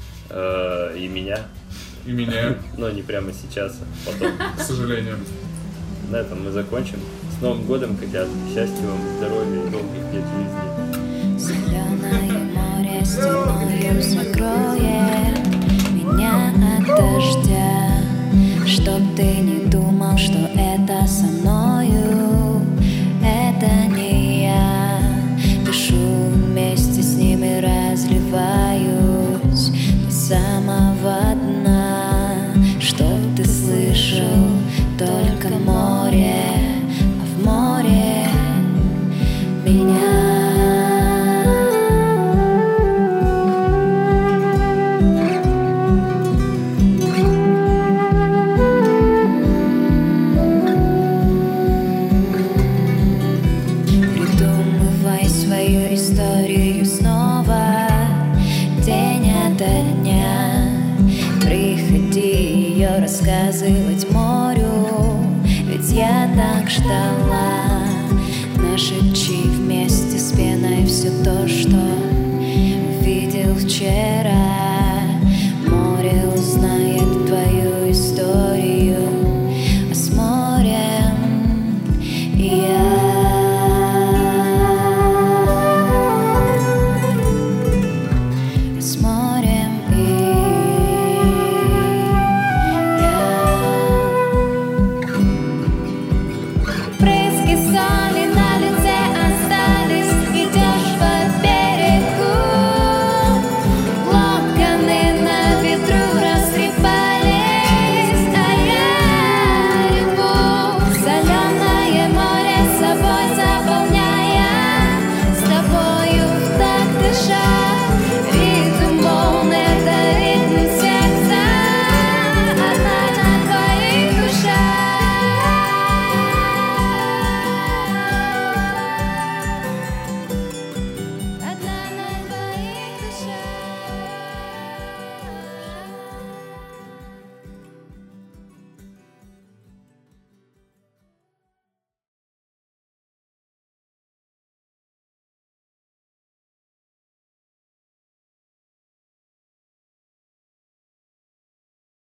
и меня, И меня, но не прямо сейчас, а потом. к сожалению. На этом мы закончим. С Новым годом, котят! Счастья вам, здоровья и долгих лет жизни! Зеленое море стеною закроет меня от дождя, чтоб ты не думал, что это со мною, это не я. Дышу вместе с ним и разливаюсь до самого дна, чтоб ты слышал только море, а в море меня. Историю снова, день ото дня. Приходи ее рассказывать морю, ведь я так ждала. Нашепчи вместе с пеной все то, что видел вчера.